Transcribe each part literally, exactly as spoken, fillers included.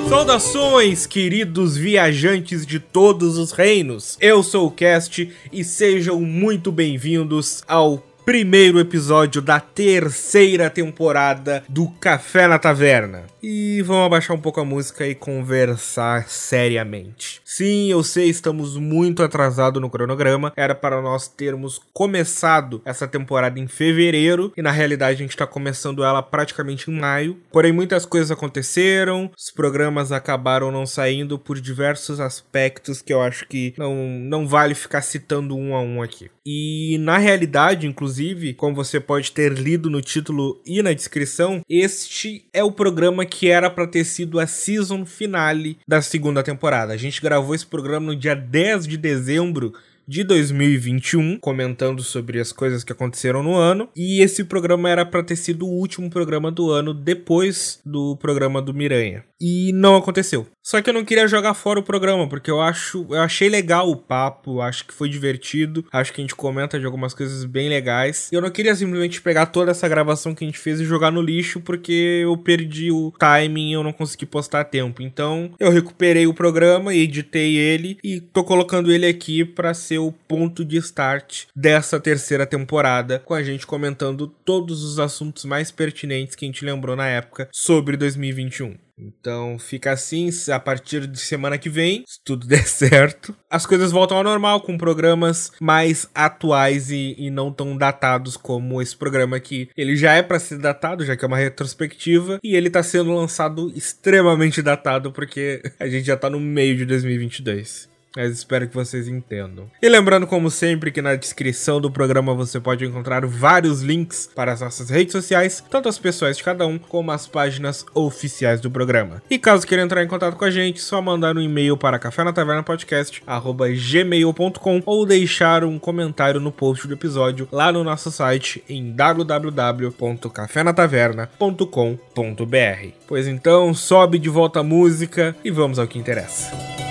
Saudações, queridos viajantes de todos os reinos! Eu sou o Cast e sejam muito bem-vindos ao primeiro episódio da terceira temporada do Café na Taverna. E vamos abaixar um pouco a música e conversar seriamente. Sim, eu sei, estamos muito atrasados no cronograma. Era para nós termos começado essa temporada em fevereiro e na realidade a gente está começando ela praticamente em maio. Porém, muitas coisas aconteceram, os programas acabaram não saindo por diversos aspectos que eu acho que não, não vale ficar citando um a um aqui. E na realidade, inclusive, como você pode ter lido no título e na descrição, este é o programa que era para ter sido a season finale da segunda temporada. A gente gravou esse programa no dia dez de dezembro de dois mil e vinte e um, comentando sobre as coisas que aconteceram no ano, e esse programa era pra ter sido o último programa do ano depois do programa do Miranha. E não aconteceu. Só que eu não queria jogar fora o programa, porque eu acho, eu achei legal o papo, acho que foi divertido, acho que a gente comenta de algumas coisas bem legais. E eu não queria simplesmente pegar toda essa gravação que a gente fez e jogar no lixo, porque eu perdi o timing e eu não consegui postar a tempo. Então, eu recuperei o programa e editei ele e tô colocando ele aqui pra ser o ponto de start dessa terceira temporada, com a gente comentando todos os assuntos mais pertinentes que a gente lembrou na época sobre dois mil e vinte e um. Então fica assim, a partir de semana que vem, se tudo der certo, as coisas voltam ao normal, com programas mais atuais e, e não tão datados como esse programa aqui. Ele já é pra ser datado, já que é uma retrospectiva, e ele tá sendo lançado extremamente datado, porque a gente já tá no meio de dois mil e vinte e dois. Mas espero que vocês entendam. E lembrando, como sempre, que na descrição do programa você pode encontrar vários links para as nossas redes sociais, tanto as pessoais de cada um, como as páginas oficiais do programa. E caso queira entrar em contato com a gente, só mandar um e-mail para café na taverna podcast arroba gmail ponto com ou deixar um comentário no post do episódio lá no nosso site em w w w ponto café na taverna ponto com ponto b r. Pois então, sobe de volta a música e vamos ao que interessa.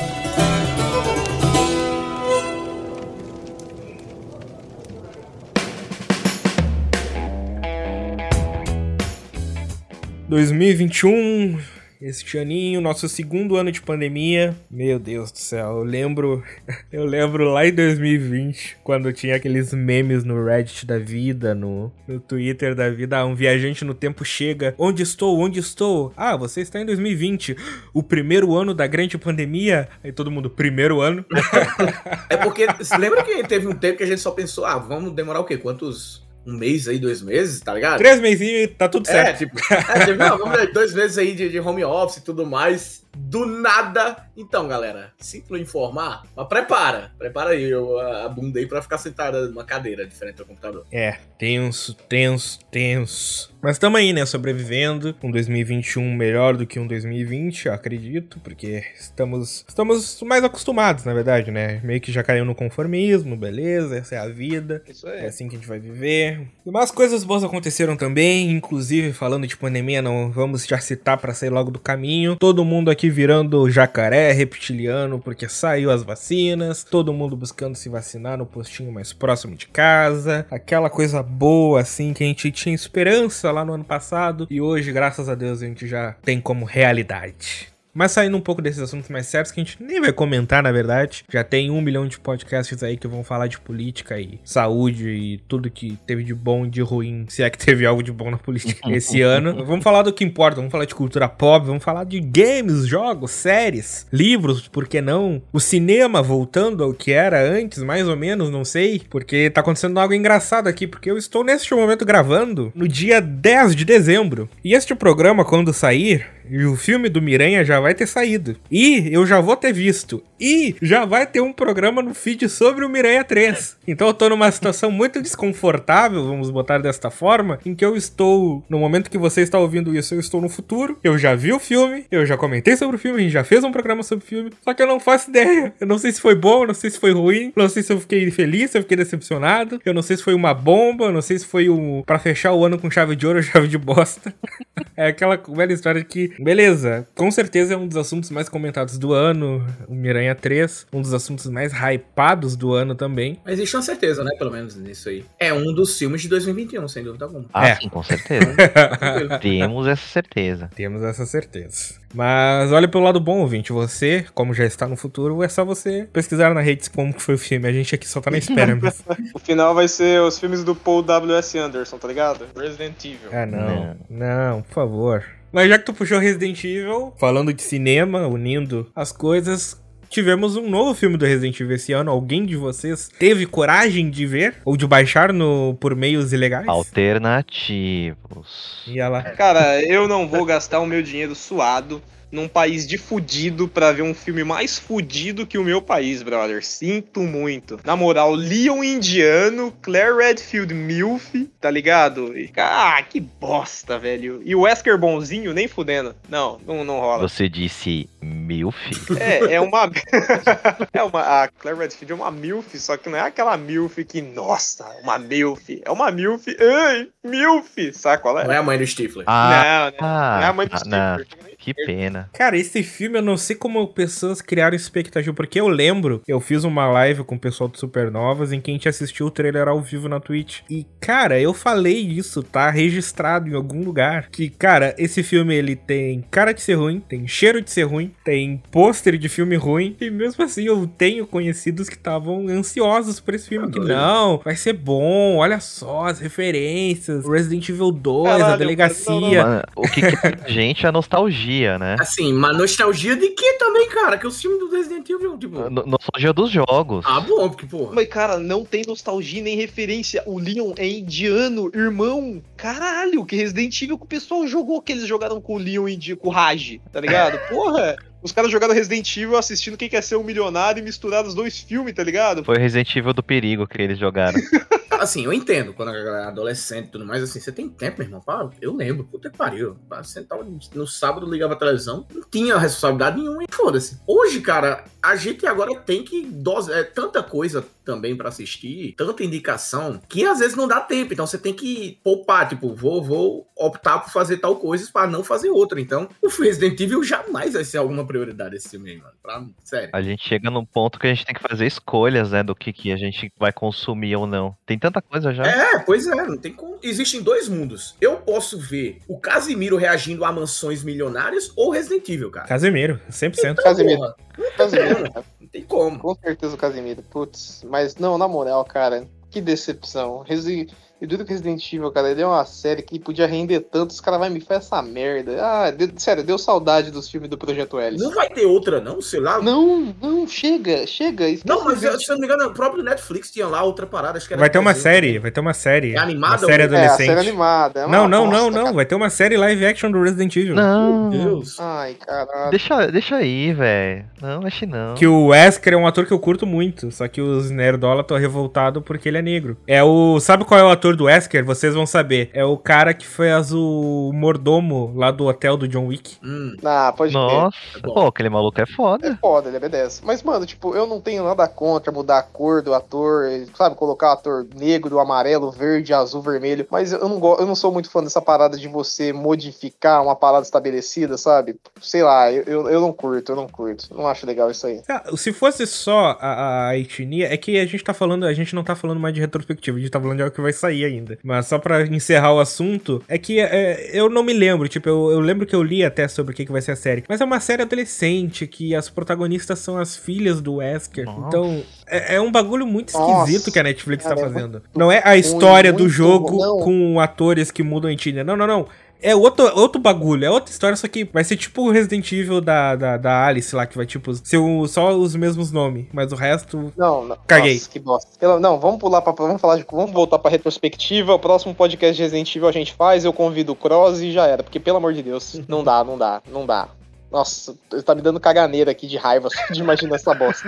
dois mil e vinte e um, este aninho, nosso segundo ano de pandemia. Meu Deus do céu, eu lembro, eu lembro lá em dois mil e vinte, quando tinha aqueles memes no Reddit da vida, no, no Twitter da vida, ah, um viajante no tempo chega, onde estou, onde estou? Ah, você está em dois mil e vinte, o primeiro ano da grande pandemia? Aí todo mundo, primeiro ano? É porque, você lembra que teve um tempo que a gente só pensou, ah, vamos demorar o quê? Quantos... Um mês aí, dois meses, tá ligado? Três mesinhos e tá tudo certo. É, tipo, é, tipo não, vamos ver, dois meses aí de, de home office e tudo mais. Do nada. Então, galera, sinto informar, mas prepara. Prepara aí a bunda aí pra ficar sentada numa cadeira diferente do computador. É, tenso, tenso, tenso. Mas tamo aí, né, sobrevivendo. Um dois mil e vinte e um melhor do que um dois mil e vinte, eu acredito, porque estamos, estamos mais acostumados, na verdade, né? Meio que já caiu no conformismo, beleza, essa é a vida. Isso aí. É assim que a gente vai viver. E umas coisas boas aconteceram também, inclusive, falando de pandemia, não vamos já citar pra sair logo do caminho. Todo mundo aqui virando jacaré, reptiliano, porque saiu as vacinas, todo mundo buscando se vacinar no postinho mais próximo de casa, aquela coisa boa, assim, que a gente tinha esperança lá no ano passado, e hoje, graças a Deus, a gente já tem como realidade. Mas saindo um pouco desses assuntos mais sérios, que a gente nem vai comentar, na verdade. Já tem um milhão de podcasts aí que vão falar de política e saúde e tudo que teve de bom e de ruim, se é que teve algo de bom na política esse ano. Vamos falar do que importa, vamos falar de cultura pop, vamos falar de games, jogos, séries, livros, por que não? O cinema voltando ao que era antes, mais ou menos, não sei. Porque tá acontecendo algo engraçado aqui, porque eu estou neste momento gravando no dia dez de dezembro. E este programa, quando sair, e o filme do Miranha já vai ter saído. E eu já vou ter visto. E já vai ter um programa no feed sobre o Miranha três. Então eu tô numa situação muito desconfortável, vamos botar desta forma, em que eu estou, no momento que você está ouvindo isso, eu estou no futuro, eu já vi o filme, eu já comentei sobre o filme, a gente já fez um programa sobre o filme, só que eu não faço ideia. Eu não sei se foi bom, eu não sei se foi ruim, eu não sei se eu fiquei feliz, se eu fiquei decepcionado, eu não sei se foi uma bomba, eu não sei se foi um... pra fechar o ano com chave de ouro ou chave de bosta. É aquela velha história de que beleza. Com certeza é um dos assuntos mais comentados do ano, Homem-Aranha três, um dos assuntos mais hypados do ano também. Mas existe uma certeza, né, pelo menos nisso aí. É um dos filmes de dois mil e vinte e um, sem dúvida alguma. Ah, É. sim, com certeza. Temos essa certeza. Temos essa certeza. Mas olha pelo lado bom, ouvinte. Você, como já está no futuro, é só você pesquisar na rede como que foi o filme. A gente aqui só tá na espera mesmo. O final vai ser os filmes do Paul W S. Anderson, tá ligado? Resident Evil. Ah, não. Não, por favor. Mas já que tu puxou Resident Evil, falando de cinema, unindo as coisas, tivemos um novo filme do Resident Evil esse ano. Alguém de vocês teve coragem de ver? Ou de baixar no, por meios ilegais? Alternativos. Ia lá. Cara, eu não vou gastar o meu dinheiro suado num país de fudido pra ver um filme mais fudido que o meu país, brother. Sinto muito. Na moral, Leon Indiano, Claire Redfield Milf, tá ligado? E, ah, que bosta, velho. E o Wesker bonzinho, nem fudendo. Não, não, não rola. Você disse milf? É, é uma... é uma... A Claire Redfield é uma milf, só que não é aquela milf que, nossa, uma milf. É uma milf, ai, milf. Sabe qual é? Não é a mãe do Stifler. Ah, não, não, não é a mãe do ah, não. Stifler. Que pena. Cara, esse filme eu não sei como pessoas criaram expectativa, porque eu lembro, eu fiz uma live com o pessoal do Supernovas em que a gente assistiu o trailer ao vivo na Twitch. E, cara, eu falei isso, tá registrado em algum lugar, que, cara, esse filme ele tem cara de ser ruim, tem cheiro de ser ruim, tem pôster de filme ruim, e mesmo assim eu tenho conhecidos que estavam ansiosos por esse filme, que não, vai ser bom, olha só as referências, Resident Evil dois, Caralho, a delegacia. Mano, o que quer a gente é a nostalgia, né? Assim, mas nostalgia de que também, cara? Que os filmes do Resident Evil, tipo... No- nostalgia dos jogos. Ah, bom, porque, porra... Mas, cara, não tem nostalgia nem referência. O Leon é indiano, irmão. Caralho, que Resident Evil que o pessoal jogou, que eles jogaram com o Leon indiano, com o Raj, tá ligado? Porra! Os caras jogaram Resident Evil assistindo Quem Quer Ser um Milionário e misturaram os dois filmes, tá ligado? Foi Resident Evil do perigo que eles jogaram. Assim, eu entendo, quando é adolescente e tudo mais, assim, você tem tempo, meu irmão, pá, eu lembro, puta que pariu, pá, sentava no sábado, ligava a televisão, não tinha responsabilidade nenhuma e foda-se. Hoje, cara, a gente agora tem que dosar, é tanta coisa também pra assistir, tanta indicação, que às vezes não dá tempo, então você tem que poupar, tipo, vou, vou optar por fazer tal coisa pra não fazer outra, então o Resident Evil jamais vai ser alguma prioridade esse filme aí, mano, pra, sério. A gente chega num ponto que a gente tem que fazer escolhas, né, do que, que a gente vai consumir ou não. Tem tanta coisa já. É, pois é, não tem como. Existem dois mundos. Eu posso ver o Casimiro reagindo a mansões milionárias ou Resident Evil, cara. Casemiro, cem por cento. Então, Casimiro. porra, Casimiro. não tem como. Com certeza o Casimiro. Putz, mas não, na moral, cara, que decepção. Resi... E duro que Resident Evil, cara, ele é uma série que podia render tanto, os caras vão me fazer essa merda. Ah, deu, sério, deu saudade dos filmes do Projeto Hélice. Não vai ter outra, não, sei lá. Não, não, chega, chega. Não, mas esquece se eu não me engano, o próprio Netflix tinha lá outra parada. Acho que era Vai ter uma desenho série, também. vai ter uma série. É animada Uma série ou- É, a adolescente. série animada. é uma Não, não, não, bosta, não. cara. Vai ter uma série live action do Resident Evil. Não. Meu Deus. Ai, caralho. Deixa, deixa aí, velho. Não, mexe não. Que o Wesker é um ator que eu curto muito, só que os nerdola estão revoltados porque ele é negro. É o... Sabe qual é o ator do Wesker? Vocês vão saber. É o cara que fez o mordomo lá do hotel do John Wick. Hum. Ah, pode crer. Nossa, É bom. pô, aquele maluco é É foda. foda, ele obedece. Mas, mano, tipo, eu não tenho nada contra mudar a cor do ator, sabe? Colocar o ator negro, amarelo, verde, azul, vermelho. Mas eu não, go- eu não sou muito fã dessa parada de você modificar uma parada estabelecida, sabe? Sei lá, eu, eu, eu não curto, eu não curto. Não acho legal isso aí. Ah, se fosse só a, a etnia, é que a gente tá falando, a gente não tá falando mais de retrospectiva, a gente tá falando de algo que vai sair ainda. Mas só pra encerrar o assunto, é que é, eu não me lembro, tipo, eu, eu lembro que eu li até sobre o que, que vai ser a série. Mas é uma série adolescente, que as protagonistas são as filhas do Wesker. Nossa. Então, é, é um bagulho muito Nossa, esquisito que a Netflix cara, tá é fazendo. Não é a história do muito jogo não. com atores que mudam a etnia. Não, não, não. É outro, outro bagulho, é outra história, só que vai ser tipo o Resident Evil da, da, da Alice lá, que vai tipo ser o- só os mesmos nomes, mas o resto... Não, não. Caguei. Nossa, que bosta. Pela- Não, vamos pular pra. Vamos falar de. Vamos voltar pra retrospectiva. O próximo podcast de Resident Evil a gente faz. Eu convido o Cross e já era. Porque, pelo amor de Deus, não dá, não dá, não dá. Nossa, tá me dando caganeira aqui de raiva só de imaginar essa bosta.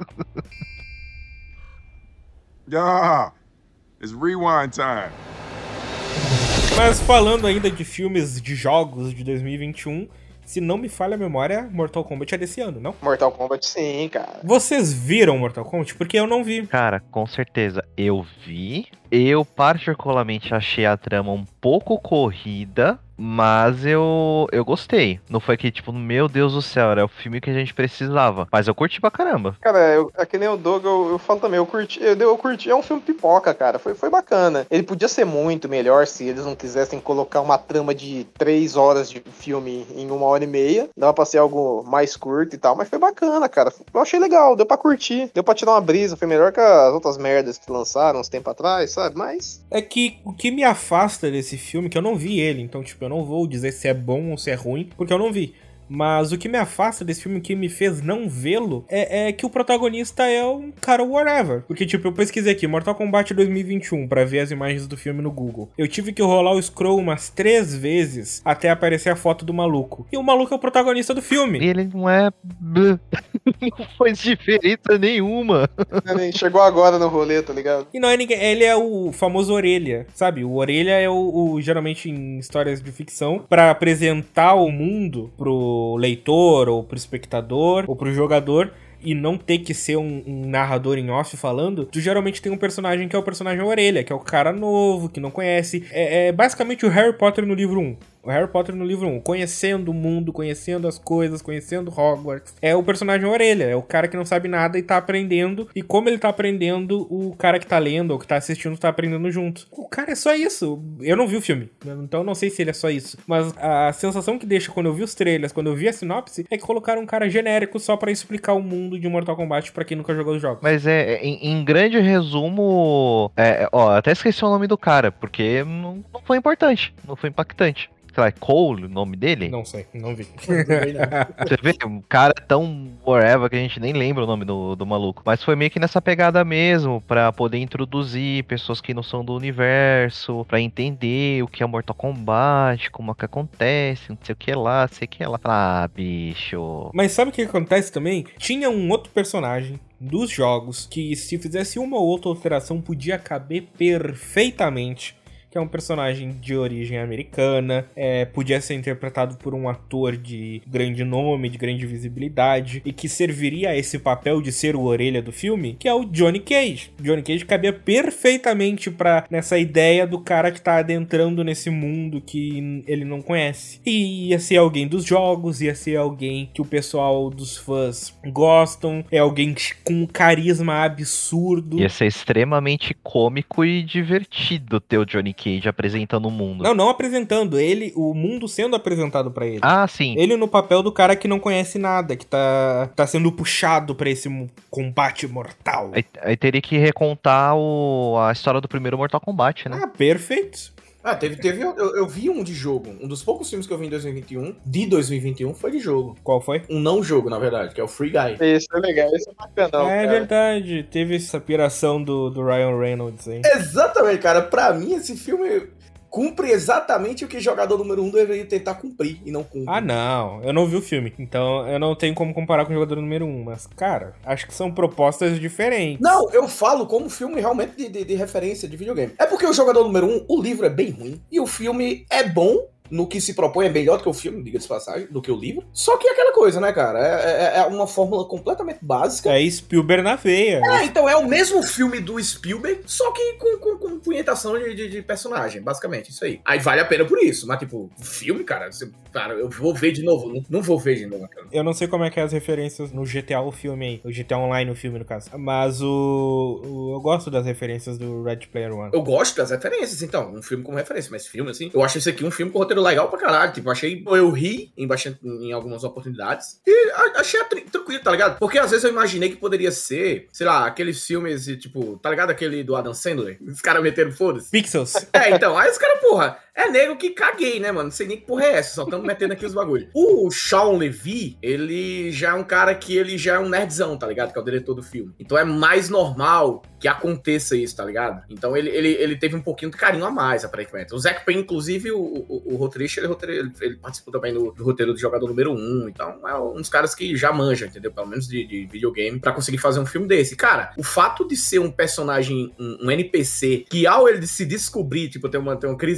Yeah, it's rewind time. Mas falando ainda de filmes de jogos de dois mil e vinte e um, se não me falha a memória, Mortal Kombat é desse ano, não? Mortal Kombat, sim, cara. Vocês viram Mortal Kombat? Porque eu não vi. Cara, com certeza, eu vi. Eu particularmente achei a trama um pouco corrida. Mas eu, eu gostei. Não foi que, tipo, meu Deus do céu, era o filme que a gente precisava. Mas eu curti pra caramba. Cara, eu, é que nem o Doug, eu, eu falo também, eu curti, eu, eu curti, é um filme pipoca, cara, foi, foi bacana. Ele podia ser muito melhor se eles não quisessem colocar uma trama de três horas de filme em uma hora e meia. Dava pra ser algo mais curto e tal, mas foi bacana, cara. Eu achei legal, deu pra curtir, deu pra tirar uma brisa, foi melhor que as outras merdas que lançaram uns tempos atrás, sabe? Mas... É que o que me afasta desse filme, que eu não vi ele, então, tipo, eu não vou dizer se é bom ou se é ruim, porque eu não vi. Mas o que me afasta desse filme, o que me fez não vê-lo, é, é que o protagonista é um cara whatever. Porque, tipo, eu pesquisei aqui, Mortal Kombat dois mil e vinte e um, pra ver as imagens do filme no Google. Eu tive que rolar o scroll umas três vezes até aparecer a foto do maluco. E o maluco é o protagonista do filme. E ele não é... não faz diferença nenhuma. Chegou agora no rolê, tá ligado? E não é ninguém, ele é o famoso Orelha, sabe? O Orelha é o, o geralmente em histórias de ficção, pra apresentar o mundo pro leitor, ou pro espectador, ou pro jogador, e não ter que ser um, um narrador em off falando, tu geralmente tem um personagem que é o personagem Orelha, que é o cara novo, que não conhece. É, é basicamente o Harry Potter no livro um. O Harry Potter no livro um, conhecendo o mundo, conhecendo as coisas, conhecendo Hogwarts. É o personagem Orelha, é o cara que não sabe nada e tá aprendendo. E como ele tá aprendendo, o cara que tá lendo ou que tá assistindo tá aprendendo junto. O cara é só isso. Eu não vi o filme, então eu não sei se ele é só isso. Mas a sensação que deixa quando eu vi os trailers, quando eu vi a sinopse, é que colocaram um cara genérico só pra explicar o mundo de Mortal Kombat pra quem nunca jogou os jogos. Mas é, em, em grande resumo, é, ó, até esqueci o nome do cara, porque não, não foi importante, não foi impactante. Sei lá, Cole, o nome dele? Não sei, não vi. Você vê, um cara tão whatever que a gente nem lembra o nome do, do maluco. Mas foi meio que nessa pegada mesmo, pra poder introduzir pessoas que não são do universo, pra entender o que é Mortal Kombat, como é que acontece, não sei o que lá, sei o que lá. Ah, bicho. Mas sabe o que acontece também? Tinha um outro personagem dos jogos que, se fizesse uma ou outra alteração, podia caber perfeitamente, que é um personagem de origem americana, é, podia ser interpretado por um ator de grande nome, de grande visibilidade, e que serviria a esse papel de ser o Orelha do filme, que é o Johnny Cage. Johnny Cage cabia perfeitamente pra, nessa ideia do cara que tá adentrando nesse mundo que ele não conhece. E ia ser alguém dos jogos, ia ser alguém que o pessoal dos fãs gostam, é alguém com um carisma absurdo. Ia ser extremamente cômico e divertido ter o Johnny Cage apresentando o mundo. Não, não apresentando, ele, o mundo sendo apresentado pra ele. Ah, sim. Ele no papel do cara que não conhece nada, que tá, tá sendo puxado pra esse combate mortal. Aí, aí teria que recontar o, a história do primeiro Mortal Kombat, né? Ah, perfeito. Ah, teve, teve eu, eu vi um de jogo. Um dos poucos filmes que eu vi em dois mil e vinte e um, de dois mil e vinte e um, foi de jogo. Qual foi? Um não jogo, na verdade, que é o Free Guy. Esse é legal, esse é bacana. É cara. verdade, teve essa piração do, do Ryan Reynolds aí. Exatamente, cara. Pra mim, esse filme cumpre exatamente o que jogador número um deveria tentar cumprir e não cumpre. Ah, não. Eu não vi o filme, então eu não tenho como comparar com o jogador número um. Mas, cara, acho que são propostas diferentes. Não, eu falo como filme realmente de, de, de referência de videogame. É porque o jogador número um, o livro é bem ruim e o filme é bom. No que se propõe é melhor do que o filme, diga de passagem, do que o livro. Só que é aquela coisa, né, cara? É, é, é uma fórmula completamente básica. É Spielberg na veia. É, então é o mesmo filme do Spielberg, só que com, com, com punhetação de, de, de personagem, basicamente, isso aí. Aí vale a pena por isso, mas tipo, filme, cara, você, cara, eu vou ver de novo, não, não vou ver de novo, cara. Eu não sei como é que é as referências no G T A, o filme aí, o G T A Online, o filme, no caso. Mas o, o eu gosto das referências do Red Player One. Eu gosto das referências, então, um filme como referência, mas filme, assim, eu acho esse aqui um filme com roteiro legal pra caralho, tipo, achei, eu ri em, bastante, em algumas oportunidades e achei tranquilo, tá ligado? Porque às vezes eu imaginei que poderia ser, sei lá, aqueles filmes, tipo, tá ligado aquele do Adam Sandler? Os caras meteram foda-se. Pixels. É, então, aí os caras, porra, é nego que caguei, né, mano? Não sei nem que porra é essa, só estamos metendo aqui os bagulhos. O Shawn Levy, ele já é um cara que ele já é um nerdzão, tá ligado? Que é o diretor do filme. Então é mais normal que aconteça isso, tá ligado? Então ele, ele, ele teve um pouquinho de carinho a mais, aparentemente. O Zack Penn, inclusive, o, o, o roteirista, ele, ele, ele participou também do, do roteiro do jogador número um. Então é um dos caras que já manja, entendeu? Pelo menos de, de videogame, pra conseguir fazer um filme desse. Cara, o fato de ser um personagem, um, um N P C, que ao ele se descobrir, tipo, ter uma, ter uma crise de identidade,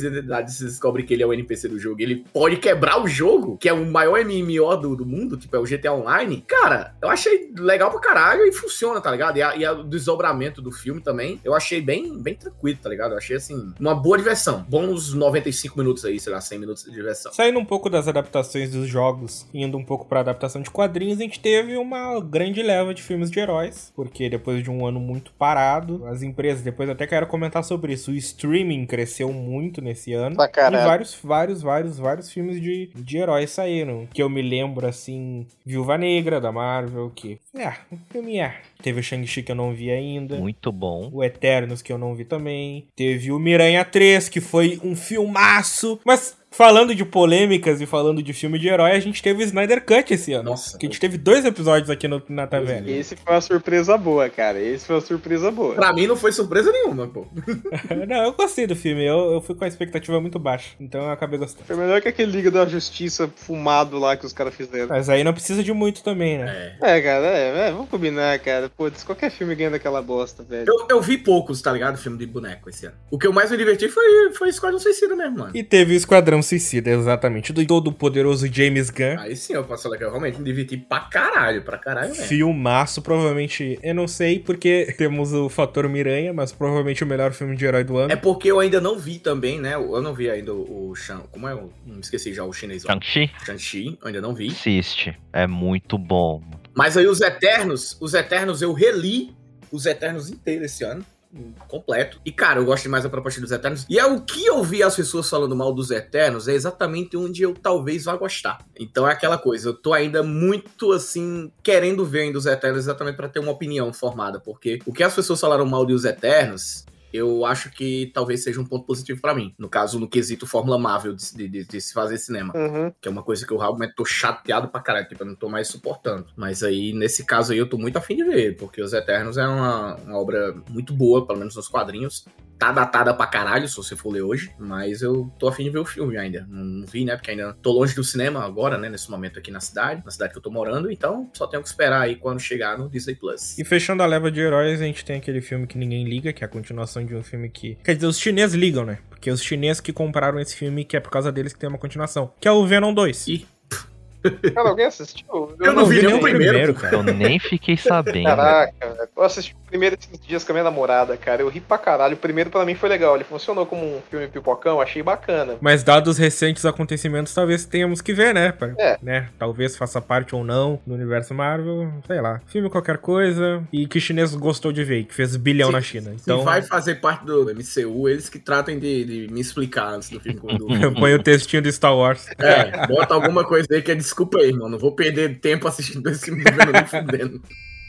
ligado? Você descobre que ele é o N P C do jogo. Ele pode quebrar o jogo, que é o maior M M O do, do mundo, tipo, é o G T A Online. Cara, eu achei legal pra caralho e funciona, tá ligado? E, a, e a, o desdobramento do filme também, eu achei bem, bem tranquilo, tá ligado? Eu achei, assim, uma boa diversão. Bons noventa e cinco minutos aí, sei lá, cem minutos de diversão. Saindo um pouco das adaptações dos jogos, indo um pouco pra adaptação de quadrinhos, a gente teve uma grande leva de filmes de heróis, porque depois de um ano muito parado, as empresas, depois até quero comentar sobre isso, o streaming cresceu muito nesse ano, Pra caralho. e vários, vários, vários, vários filmes de, de heróis saíram, que eu me lembro, assim, Viúva Negra, da Marvel, que, é, o filme é. Teve o Shang-Chi, que eu não vi ainda. Muito bom. O Eternos, que eu não vi também. Teve o Miranha três, que foi um filmaço. Mas falando de polêmicas e falando de filme de herói, a gente teve o Snyder Cut esse ano. Nossa. Que a gente teve dois episódios aqui no, na taverna. Esse foi uma surpresa boa, cara. Esse foi uma surpresa boa. Pra mim não foi surpresa nenhuma, pô. Não, eu gostei do filme. Eu, eu fui com a expectativa muito baixa. Então eu acabei gostando. Foi melhor que aquele Liga da Justiça fumado lá que os caras fizeram. Mas aí não precisa de muito também, né? É. É, cara, é, é, vamos combinar, cara. Pô, qualquer filme ganha daquela bosta, velho. Eu, eu vi poucos, tá ligado? Filme de boneco esse ano. O que eu mais me diverti foi, foi Esquadrão Suicida mesmo, mano. E teve o Esquadrão Suicida, exatamente. Do todo poderoso James Gunn. Aí sim, eu posso falar que eu realmente me diverti pra caralho, pra caralho mesmo. Filmaço, provavelmente. Eu não sei porque temos o fator Miranha, mas provavelmente o melhor filme de herói do ano. É porque eu ainda não vi também, né? Eu não vi ainda o, o Shang... Como é? o- Não me esqueci já o chinês. lá. Shang-Chi? Shang-Chi, eu ainda não vi. Assiste. É muito bom. Mas aí os Eternos, os Eternos eu reli os Eternos inteiros esse ano. Completo. E, cara, eu gosto demais da proposta dos Eternos. E é o que eu vi as pessoas falando mal dos Eternos é exatamente onde eu talvez vá gostar. Então é aquela coisa, eu tô ainda muito, assim, querendo ver ainda os Eternos exatamente pra ter uma opinião formada. Porque o que as pessoas falaram mal dos Eternos, eu acho que talvez seja um ponto positivo pra mim. No caso, no quesito Fórmula Marvel de, de, de, de se fazer cinema. Uhum. Que é uma coisa que eu realmente tô chateado pra caralho, tipo, eu não tô mais suportando. Mas aí, nesse caso aí, eu tô muito afim de ver, porque Os Eternos é uma, uma obra muito boa, pelo menos nos quadrinhos. Tá datada pra caralho, se você for ler hoje, mas eu tô afim de ver o filme ainda. Não, não vi, né, porque ainda tô longe do cinema agora, né, nesse momento aqui na cidade, na cidade que eu tô morando, então só tenho que esperar aí quando chegar no Disney Plus. E fechando a leva de heróis, a gente tem aquele filme que ninguém liga, que é a continuação de um filme que... Quer dizer, os chineses ligam, né? Porque os chineses que compraram esse filme, que é por causa deles que tem uma continuação. Que é o Venom dois. Ih. Cara, alguém assistiu? Eu, Eu não vi nem o primeiro, cara. Eu nem fiquei sabendo. Caraca, velho. Eu assisti o primeiro esses dias com a minha namorada, cara. Eu ri pra caralho. O primeiro pra mim foi legal. Ele funcionou como um filme pipocão, achei bacana. Mas dados os recentes acontecimentos, talvez tenhamos que ver, né? Pra- É. né? Talvez faça parte ou não do universo Marvel, sei lá. Filme qualquer coisa. E que o chinês gostou de ver, que fez bilhão Se- na China. Se Então, vai fazer parte do M C U, eles que tratem de, de me explicar antes do filme. Quando... põe o textinho do Star Wars. É, bota alguma coisa aí que é desculpa aí, irmão. Não vou perder tempo assistindo esse filme vendo nem fudendo.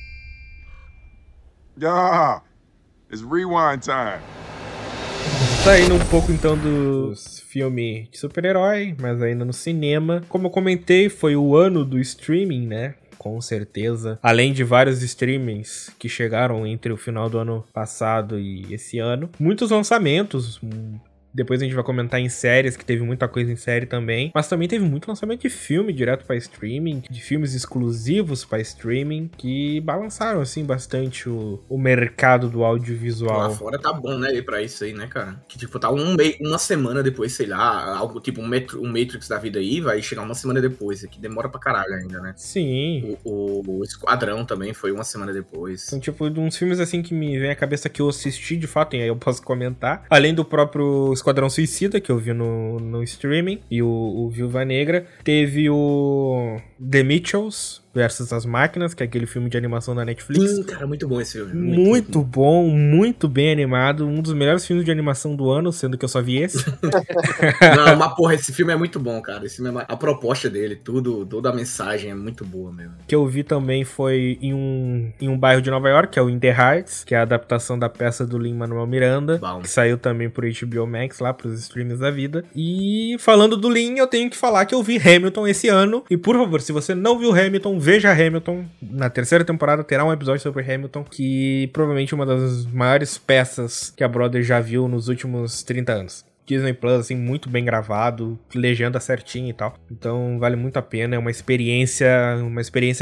Yeah, it's rewind time. Saindo um pouco então dos filmes de super-herói, mas ainda no cinema. Como eu comentei, foi o ano do streaming, né? Com certeza. Além de vários streamings que chegaram entre o final do ano passado e esse ano. Muitos lançamentos. hum, Depois a gente vai comentar em séries, que teve muita coisa em série também. Mas também teve muito lançamento de filme direto pra streaming, de filmes exclusivos pra streaming, que balançaram, assim, bastante o, o mercado do Lá audiovisual. fora tá bom, né, e pra isso aí, né, cara? Que, tipo, tá um mei- uma semana depois, sei lá, algo tipo um, Metro, um Matrix da vida aí, vai chegar uma semana depois, que demora pra caralho ainda, né? Sim. O, o, o Esquadrão também foi uma semana depois. São, tipo, uns filmes, assim, que me vem à cabeça que eu assisti, de fato, e aí eu posso comentar. Além do próprio Esquadrão Suicida, que eu vi no, no streaming, e o, o Viúva Negra. Teve o The Mitchells versus as Máquinas, que é aquele filme de animação da Netflix. Sim, cara, muito bom esse filme. Muito, bom, muito bem animado. Um dos melhores filmes de animação do ano, sendo que eu só vi esse. Não, mas porra, esse filme é muito bom, cara. Esse filme é, a proposta dele, tudo, toda a mensagem é muito boa mesmo. Que eu vi também foi em um, em um bairro de Nova York, que é o In The Heights, que é a adaptação da peça do Lin-Manuel Miranda, Bom. que saiu também por H B O Max, lá pros streams da vida. E falando do Lin, eu tenho que falar que eu vi Hamilton esse ano. E por favor, se você não viu Hamilton, veja Hamilton. Na terceira temporada terá um episódio sobre Hamilton, que provavelmente é uma das maiores peças que a Brother já viu nos últimos trinta anos. Disney Plus, assim, muito bem gravado, legenda certinha e tal. Então vale muito a pena, é uma experiência, uma experiência que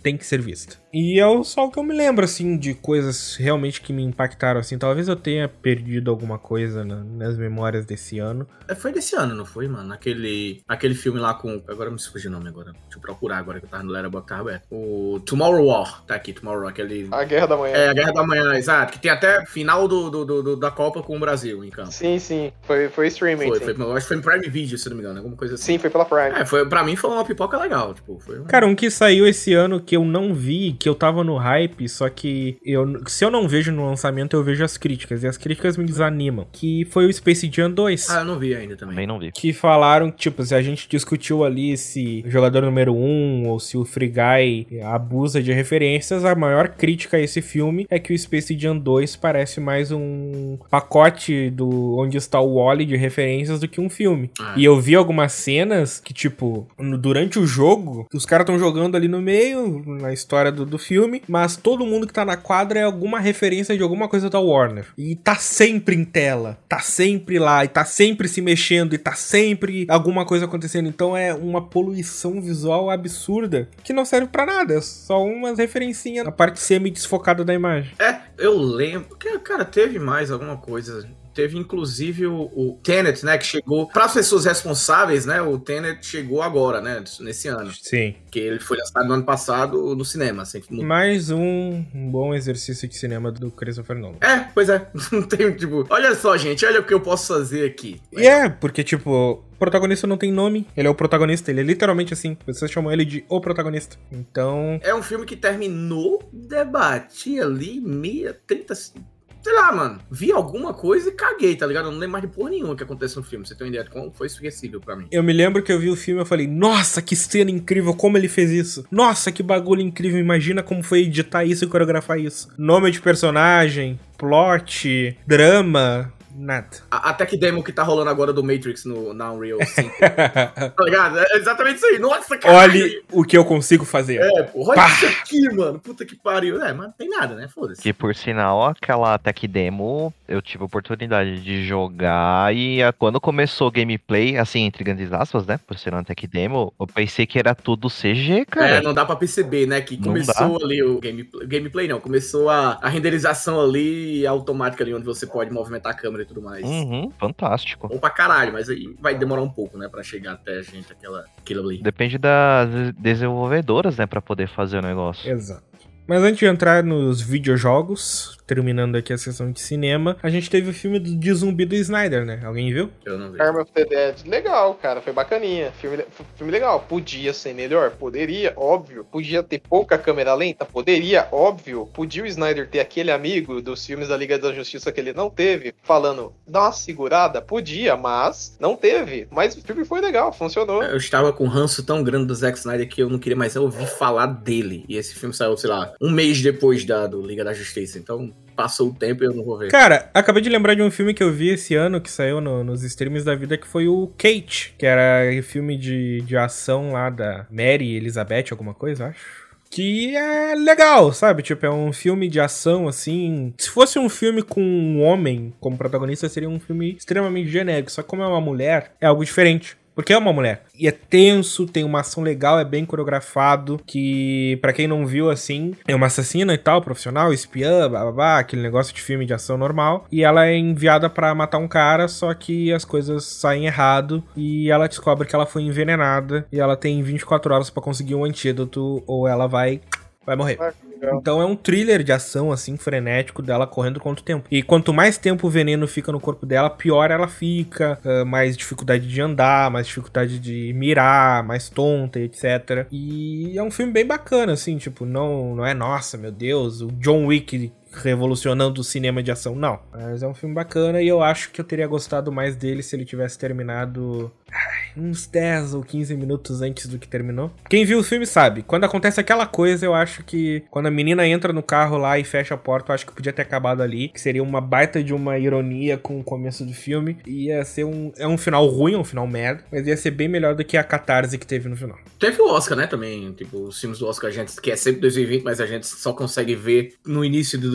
tem que ser vista. E é só o que eu me lembro, assim, de coisas realmente que me impactaram, assim. Talvez eu tenha perdido alguma coisa na, nas memórias desse ano. É, foi desse ano, não foi, mano? Aquele, aquele filme lá com... Agora me fugiu o nome agora. Deixa eu procurar agora que eu tava no Letterboxd, tava aberto. O Tomorrow War. Tá aqui, Tomorrow War. Aquele... A Guerra da Manhã. É, a Guerra da Manhã, exato. Que tem até final do, do, do, do- da Copa com o Brasil em campo. Sim, sim. Foi, foi streaming, Foi, sim. foi, eu acho que foi em Prime Video, se não me engano. Alguma coisa assim. Sim, foi pela Prime. É, foi, pra mim foi uma pipoca legal. Tipo, foi um... Cara, um que saiu esse ano que eu não vi, que eu tava no hype, só que eu, se eu não vejo no lançamento, eu vejo as críticas. E as críticas me desanimam. Que foi o Space Jam dois. Ah, eu não vi ainda também. Também não vi. Que falaram, tipo, se a gente discutiu ali se o jogador número um ou se o Free Guy abusa de referências, a maior crítica a esse filme é que o Space Jam dois parece mais um pacote do onde está o Wall-E de referências do que um filme. Ah. E eu vi algumas cenas que, tipo, no- durante o jogo, os caras estão jogando ali no meio, na história do, do filme, mas todo mundo que tá na quadra é alguma referência de alguma coisa da Warner. E tá sempre em tela, tá sempre lá, e tá sempre se mexendo, e tá sempre alguma coisa acontecendo. Então é uma poluição visual absurda, que não serve pra nada, é só umas referencinhas na parte semi-desfocada da imagem. É, eu lembro. que, Cara, teve mais alguma coisa. Teve inclusive o, o Tenet, né? Que chegou. Para as pessoas responsáveis, né? O Tenet chegou agora, né? Nesse ano. Sim. Que ele foi lançado no ano passado no cinema. Assim, no- Mais um, um bom exercício de cinema do Christopher Nolan. É, pois é. Não tem, tipo. Olha só, gente, olha o que eu posso fazer aqui. E é, porque, tipo, o protagonista não tem nome, ele é o protagonista, ele é literalmente assim, vocês chamam ele de o protagonista. Então, É um filme que terminou debate ali, meia, trinta. Sei lá, mano. Vi alguma coisa e caguei, tá ligado? Eu não lembro mais de porra nenhuma que acontece no filme. Você tem uma ideia de como foi esquecível pra mim. eu me lembro que eu vi o filme e eu falei, nossa, que cena incrível, como ele fez isso. Nossa, que bagulho incrível, imagina como foi editar isso e coreografar isso. Nome de personagem, plot, drama, nada. A, a tech demo que tá rolando agora do Matrix no, na Unreal cinco. Tá ligado? É exatamente isso aí. Nossa, cara. Olhe o que eu consigo fazer. É, pô. Olha Pá. isso aqui, mano. Puta que pariu. É, mas não tem nada, né? Foda-se. Que por sinal, aquela tech demo, eu tive a oportunidade de jogar e a- quando começou o gameplay, assim, entre grandes aspas, né? Por ser uma tech demo, eu pensei que era tudo C G, cara. É, não dá pra perceber, né? Que Não começou ali o gameplay, gameplay não, começou a, a renderização ali automática ali, onde você pode movimentar a câmera e tudo mais. Uhum, fantástico. Bom pra caralho, mas aí vai demorar um pouco, né, pra chegar até a gente, aquela, aquilo ali. Depende das desenvolvedoras, né, pra poder fazer o negócio. Exato. Mas antes de entrar nos videojogos, terminando aqui a sessão de cinema, a gente teve o filme do- de zumbi do Snyder, né? Alguém viu? Eu não vi. Arm of the Dead, legal, cara, foi bacaninha. Filme, le- filme legal. Podia ser melhor? Poderia, óbvio. Podia ter pouca câmera lenta? Poderia, óbvio. Podia o Snyder ter aquele amigo dos filmes da Liga da Justiça que ele não teve, falando, dá uma segurada? Podia, mas não teve. Mas o filme foi legal, funcionou. Eu estava com um ranço tão grande do Zack Snyder que eu não queria mais ouvir falar dele. E esse filme saiu, sei lá, um mês depois da, do Liga da Justiça. Então, passou o tempo e eu não vou ver. Cara, acabei de lembrar de um filme que eu vi esse ano, que saiu no- nos streams da vida, que foi o Kate, que era o filme de, de ação lá da Mary Elizabeth, alguma coisa, acho. Que é legal, sabe? Tipo, é um filme de ação, assim... Se fosse um filme com um homem como protagonista, seria um filme extremamente genérico. Só que como é uma mulher, é algo diferente. Porque é uma mulher. E é tenso, tem uma ação legal, é bem coreografado. Que, pra quem não viu, assim, é uma assassina e tal, profissional, espiã, bababá, aquele negócio de filme de ação normal. E ela é enviada pra matar um cara, só que as coisas saem errado. E ela descobre que ela foi envenenada. E ela tem vinte e quatro horas pra conseguir um antídoto, ou ela vai... vai morrer. Então é um thriller de ação, assim, frenético dela correndo contra o tempo. E quanto mais tempo o veneno fica no corpo dela, pior ela fica. Uh, mais dificuldade de andar, mais dificuldade de mirar, mais tonta, etcétera. E é um filme bem bacana, assim, tipo, não, não é, nossa, meu Deus, o John Wick revolucionando o cinema de ação, não. Mas é um filme bacana e eu acho que eu teria gostado mais dele se ele tivesse terminado ai, uns dez ou quinze minutos antes do que terminou. Quem viu o filme sabe, quando acontece aquela coisa, eu acho que quando a menina entra no carro lá e fecha a porta, eu acho que podia ter acabado ali, que seria uma baita de uma ironia com o começo do filme. Ia ser um... é um final ruim, um final merda, mas ia ser bem melhor do que a catarse que teve no final. Teve o Oscar, né, também. Tipo, os filmes do Oscar a gente, que é sempre dois mil e vinte, mas a gente só consegue ver no início do,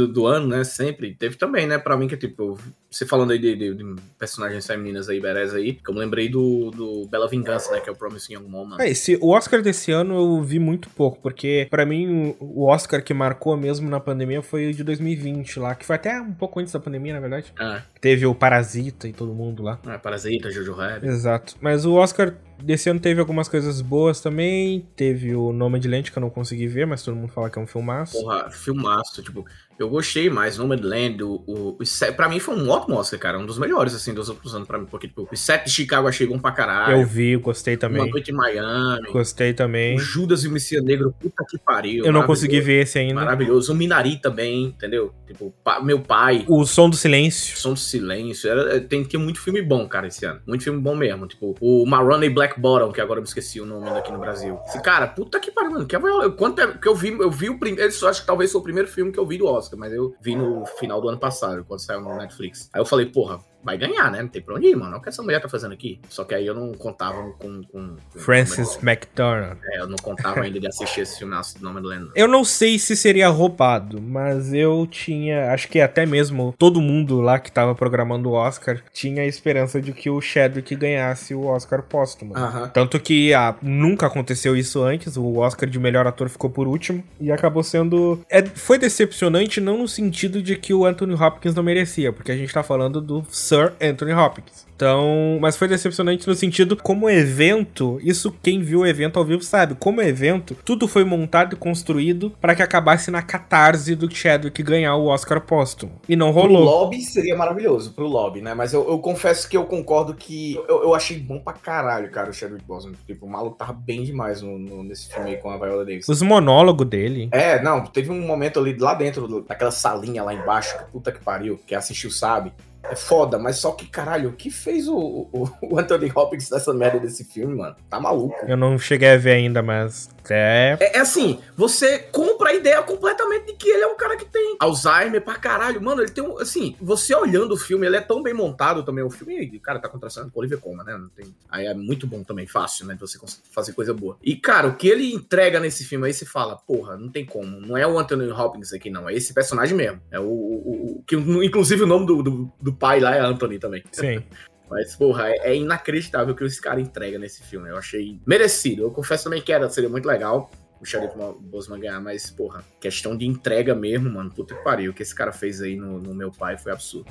do ano, né? Sempre. Teve também, né? Pra mim, que tipo, você falando aí de, de, de personagens femininas aí, Berez aí, que eu me lembrei do, do Bela Vingança, né? Que é o Promising Young Woman. É, esse, o Oscar desse ano eu vi muito pouco, porque pra mim o Oscar que marcou mesmo na pandemia foi o de dois mil e vinte lá, que foi até um pouco antes da pandemia, na verdade. Ah. Teve o Parasita e todo mundo lá. Ah, Parasita, Jojo Rabbit. Exato. Mas o Oscar desse ano teve algumas coisas boas também. Teve o Nomadland, que eu não consegui ver, mas todo mundo fala que é um filmaço. Porra, filmaço, tipo, eu gostei mais, Nomadland, o, o, o, pra mim foi um ótimo Oscar, cara, um dos melhores, assim, dos outros anos pra mim, porque, tipo, o Sete de Chicago achei bom pra caralho. Eu vi, gostei também. Uma Noite em Miami. Gostei também. O Judas e o Messias Negro, puta que pariu. Eu não consegui ver esse ainda. Maravilhoso. O Minari também, entendeu? Tipo, pa, Meu Pai. O Som do Silêncio. Som do Silêncio. Era, tem que ter muito filme bom, cara, esse ano. Muito filme bom mesmo. Tipo, o Marrone Black Bottom, que agora eu me esqueci o nome daqui no Brasil. Esse cara, puta que pariu, mano. Que, eu, quanto é, que eu vi, eu vi o primeiro. Acho que talvez foi o primeiro filme que eu vi do Oscar, mas eu vi no final do ano passado, quando saiu no Netflix. Aí eu falei, porra, vai ganhar, né? Não tem pra onde ir, mano. O que essa mulher tá fazendo aqui? Só que aí eu não contava com... com, com Frances com McDormand. É, eu não contava ainda de assistir esse filme no nome do Lendo. Eu não sei se seria roubado, mas eu tinha... Acho que até mesmo todo mundo lá que tava programando o Oscar tinha a esperança de que o Chadwick ganhasse o Oscar póstumo. Uh-huh. Tanto que ah, nunca aconteceu isso antes. O Oscar de melhor ator ficou por último. E acabou sendo... É, foi decepcionante não no sentido de que o Anthony Hopkins não merecia, porque a gente tá falando do Sir Anthony Hopkins. Então, mas foi decepcionante no sentido, como evento, isso quem viu o evento ao vivo sabe, como evento, tudo foi montado e construído para que acabasse na catarse do Chadwick ganhar o Oscar póstumo. E não rolou. Pro lobby seria maravilhoso, pro lobby, né? Mas eu, eu confesso que eu concordo que eu, eu achei bom pra caralho, cara, o Chadwick Boseman. Tipo, o maluco tava bem demais no, no, nesse filme aí com a Viola Davis. Os monólogos dele. É, não, teve um momento ali lá dentro daquela salinha lá embaixo, que puta que pariu, quem assistiu sabe. É foda, mas só que, caralho, o que fez o, o, o Anthony Hopkins nessa merda desse filme, mano? Tá maluco. Eu não cheguei a ver ainda, mas é... é... É assim, você compra a ideia completamente de que ele é um cara que tem Alzheimer pra caralho. Mano, ele tem um... Assim, você olhando o filme, ele é tão bem montado também. O filme, cara, tá contrastando com o Oliver Coma, né? Não tem... Aí é muito bom também, fácil, né? De você fazer coisa boa. E, cara, o que ele entrega nesse filme aí, você fala, porra, não tem como. Não é o Anthony Hopkins aqui, não. É esse personagem mesmo. É o... o, o que, inclusive, o nome do, do, do pai lá é Anthony também. Sim. Mas, porra, é, é inacreditável o que esse cara entrega nesse filme. Eu achei merecido. Eu confesso também que era, seria muito legal o Chadwick Boseman ganhar, mas, porra, questão de entrega mesmo, mano, puta que pariu. O que esse cara fez aí no, no Meu Pai foi absurdo.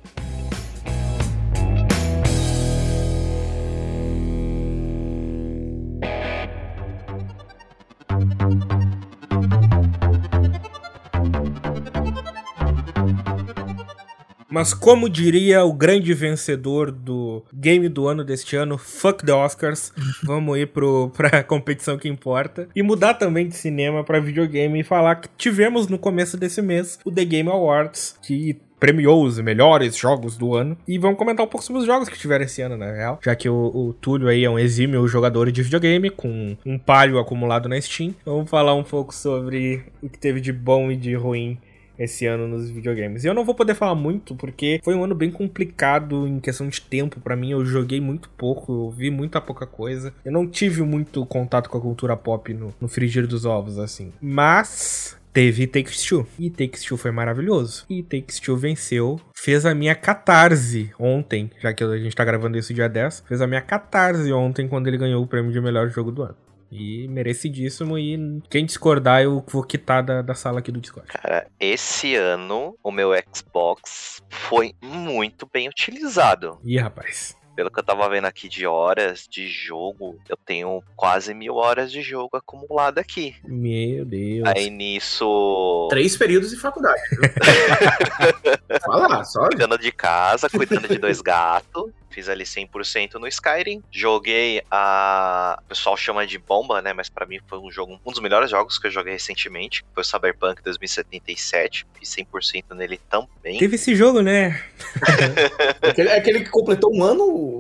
Mas como diria o grande vencedor do game do ano deste ano, fuck the Oscars, vamos ir pro, pra competição que importa. E mudar também de cinema pra videogame e falar que tivemos no começo desse mês o The Game Awards, que premiou os melhores jogos do ano. E vamos comentar um pouco sobre os jogos que tiveram esse ano, na real. Já que o, o Túlio aí é um exímio jogador de videogame, com um palio acumulado na Steam. Vamos falar um pouco sobre o que teve de bom e de ruim esse ano nos videogames. E eu não vou poder falar muito, porque foi um ano bem complicado em questão de tempo pra mim. Eu joguei muito pouco, eu vi muita pouca coisa. Eu não tive muito contato com a cultura pop no, no frigir dos ovos, assim. Mas teve Takes Two. E Takes Two foi maravilhoso. E Takes Two venceu. Fez a minha catarse ontem, já que a gente tá gravando isso dia dez. Fez a minha catarse ontem quando ele ganhou o prêmio de melhor jogo do ano. E merecidíssimo, e quem discordar eu vou quitar da, da sala aqui do Discord. Cara, esse ano o meu Xbox foi muito bem utilizado. Ih, rapaz. Pelo que eu tava vendo aqui de horas de jogo, eu tenho quase mil horas de jogo acumulado aqui. Meu Deus. Aí nisso... Três períodos de faculdade. Fala lá, só. Cuidando de casa, cuidando de dois gatos. Fiz ali cem por cento no Skyrim. Joguei a... O pessoal chama de bomba, né? Mas pra mim foi um jogo, um dos melhores jogos que eu joguei recentemente. Foi o Cyberpunk dois mil e setenta e sete. Fiz cem por cento nele também. Teve esse jogo, né? É aquele, é aquele que completou um ano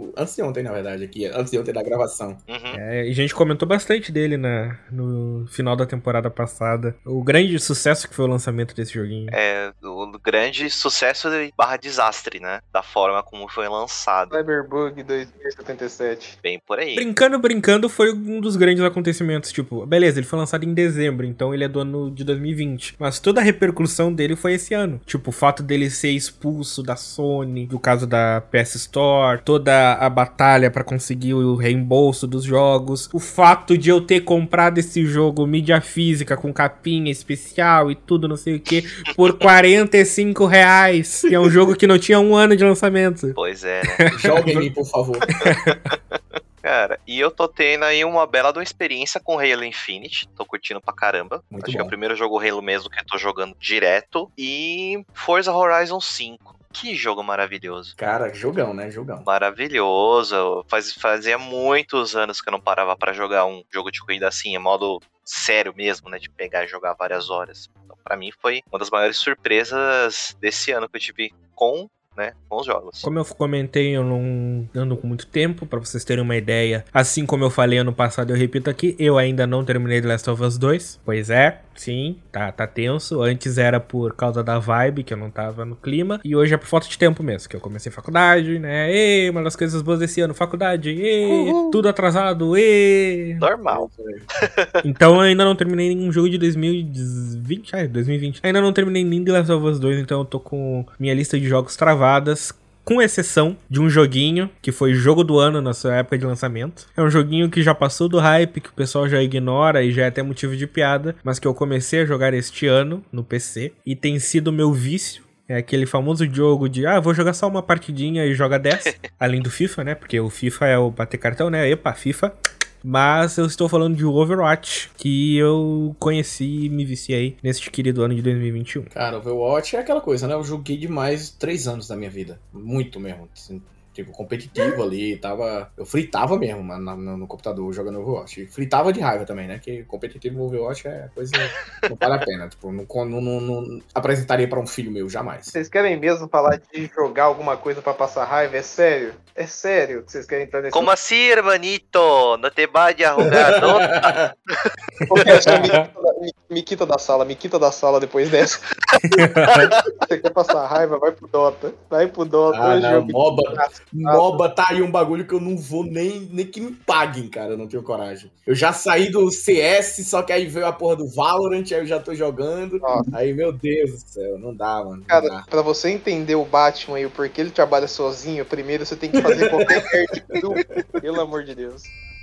lançado antes de ontem, na verdade, aqui, antes de ontem da gravação. Uhum. É, e a gente comentou bastante dele na, no final da temporada passada. O grande sucesso que foi o lançamento desse joguinho. É, o grande sucesso barra desastre, né? Da forma como foi lançado. Cyberbug dois mil e setenta e sete. Bem por aí. Brincando, brincando, foi um dos grandes acontecimentos. Tipo, beleza, ele foi lançado em dezembro, então ele é do ano de dois mil e vinte. Mas toda a repercussão dele foi esse ano. Tipo, o fato dele ser expulso da Sony, do caso da P S Store, toda a batalha pra conseguir o reembolso dos jogos, o fato de eu ter comprado esse jogo mídia física com capinha especial e tudo, não sei o que, por quarenta e cinco reais. E é um jogo que não tinha um ano de lançamento. Pois é, né? Joga em mim, por favor. Cara, e eu tô tendo aí uma bela de uma experiência com Halo Infinite. Tô curtindo pra caramba. Muito Acho bom. que é o primeiro jogo Halo mesmo que eu tô jogando direto. E Forza Horizon cinco. Que jogo maravilhoso. Cara, jogão, né? Jogão. Maravilhoso. Faz, fazia muitos anos que eu não parava pra jogar um jogo de corrida assim, em modo sério mesmo, né? De pegar e jogar várias horas. Então, pra mim, foi uma das maiores surpresas desse ano que eu tive com... né, com os jogos. Como eu comentei, eu não ando com muito tempo, pra vocês terem uma ideia. Assim como eu falei ano passado, eu repito aqui, eu ainda não terminei The Last of Us dois. Pois é, sim, tá, tá tenso. Antes era por causa da vibe, que eu não tava no clima. E hoje é por falta de tempo mesmo, que eu comecei faculdade, né? E uma das coisas boas desse ano, faculdade, e tudo atrasado, e Normal. Então eu ainda não terminei nenhum jogo de dois mil e vinte. Ah, dois mil e vinte. Ainda não terminei nem The Last of Us dois, então eu tô com minha lista de jogos travada, com exceção de um joguinho que foi jogo do ano na sua época de lançamento. É um joguinho que já passou do hype, que o pessoal já ignora e já é até motivo de piada, mas que eu comecei a jogar este ano no P C e tem sido meu vício. É aquele famoso jogo de, ah, vou jogar só uma partidinha e joga dez, além do FIFA, né? Porque o FIFA é o bater cartão, né? Epa, FIFA. Mas eu estou falando de Overwatch, que eu conheci e me viciei neste querido ano de dois mil e vinte e um. Cara, Overwatch é aquela coisa, né? Eu joguei demais três anos da minha vida. Muito mesmo. Assim, tipo, competitivo ali, tava... Eu fritava mesmo, mano, no, no computador jogando Overwatch. E fritava de raiva também, né? Que competitivo no Overwatch é coisa... não vale a pena. Tipo, não, não, não, não apresentaria pra um filho meu, jamais. Vocês querem mesmo falar de jogar alguma coisa pra passar raiva? É sério? É sério que vocês querem entrar nesse... Como assim, hermanito? Não te vayas a jogar, não? Miquita da sala, Miquita da sala depois dessa. Você quer passar raiva? Vai pro Dota. Vai pro Dota. Ah, não, jogo MOBA, MOBA tá aí um bagulho que eu não vou nem, nem que me paguem, cara. Eu não tenho coragem. Eu já saí do C S, só que aí veio a porra do Valorant, aí eu já tô jogando. Nossa. Aí, meu Deus do céu, não dá, mano. Não Cara, dá. pra você entender o Batman e o porquê ele trabalha sozinho, primeiro você tem que fazer qualquer nerd duplo. Pelo amor de Deus.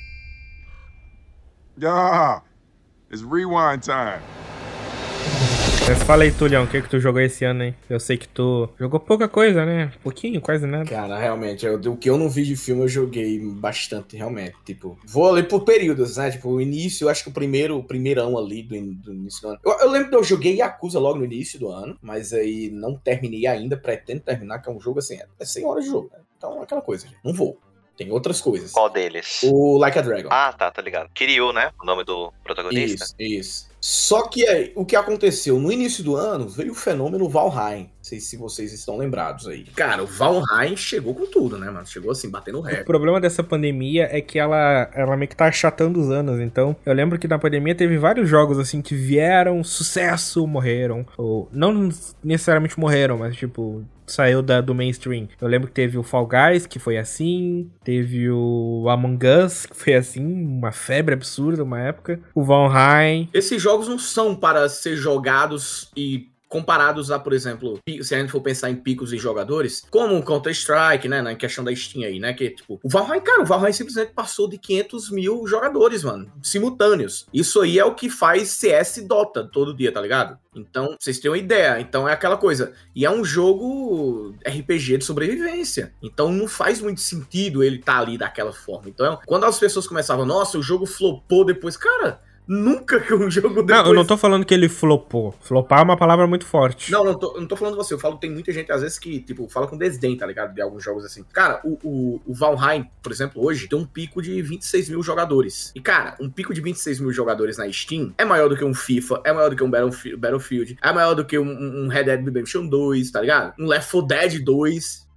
Ah, it's rewind time. Mas fala aí, Tulião, o que que tu jogou esse ano, hein? Eu sei que tu jogou pouca coisa, né? Pouquinho, quase nada. Cara, realmente, eu, o que eu não vi de filme eu joguei bastante, realmente. Tipo, vou ali por períodos, né? Tipo, o início, eu acho que o primeiro, o primeirão ali do, do início do ano. Eu, eu lembro que eu joguei Yakuza logo no início do ano, mas aí não terminei ainda, pretendo terminar, que é um jogo assim, é cem horas de jogo, né? Então é aquela coisa, gente. Não vou. Tem outras coisas. Qual deles? O Like a Dragon. Ah, tá, tá ligado. Kiryu, né? O nome do protagonista. Isso, isso. Só que aí, o que aconteceu? No início do ano, veio o fenômeno Valheim. Não sei se vocês estão lembrados aí. Cara, o Valheim chegou com tudo, né, mano? Chegou assim, batendo O recorde. problema dessa pandemia é que ela, ela meio que tá achatando os anos. Então, eu lembro que na pandemia teve vários jogos, assim, que vieram, sucesso, morreram. Ou não necessariamente morreram, mas, tipo, saiu da, do mainstream. Eu lembro que teve o Fall Guys, que foi assim. Teve o Among Us, que foi assim, uma febre absurda uma época. O Valheim. Esses jogos não são para ser jogados e comparados a, por exemplo, se a gente for pensar em picos de jogadores, como o Counter-Strike, né, na questão da Steam aí, né, que tipo, o Valheim, cara, o Valheim simplesmente passou de quinhentos mil jogadores, mano, simultâneos. Isso aí é o que faz C S e Dota todo dia, tá ligado? Então, vocês têm uma ideia. Então é aquela coisa. E é um jogo R P G de sobrevivência. Então não faz muito sentido ele estar tá ali daquela forma. Então, quando as pessoas começavam, nossa, o jogo flopou depois, cara... Nunca que um jogo depois... Não, eu não tô falando que ele flopou. Flopar é uma palavra muito forte. Não, não tô, eu não tô falando de você. Eu falo que tem muita gente, às vezes, que, tipo, fala com desdém, tá ligado? De alguns jogos assim. Cara, o, o, o Valheim, por exemplo, hoje, tem um pico de vinte e seis mil jogadores. E, cara, um pico de vinte e seis mil jogadores na Steam é maior do que um FIFA, é maior do que um Battlefield, Battlefield é maior do que um, um Red Dead Redemption dois, tá ligado? Um Left four Dead dois.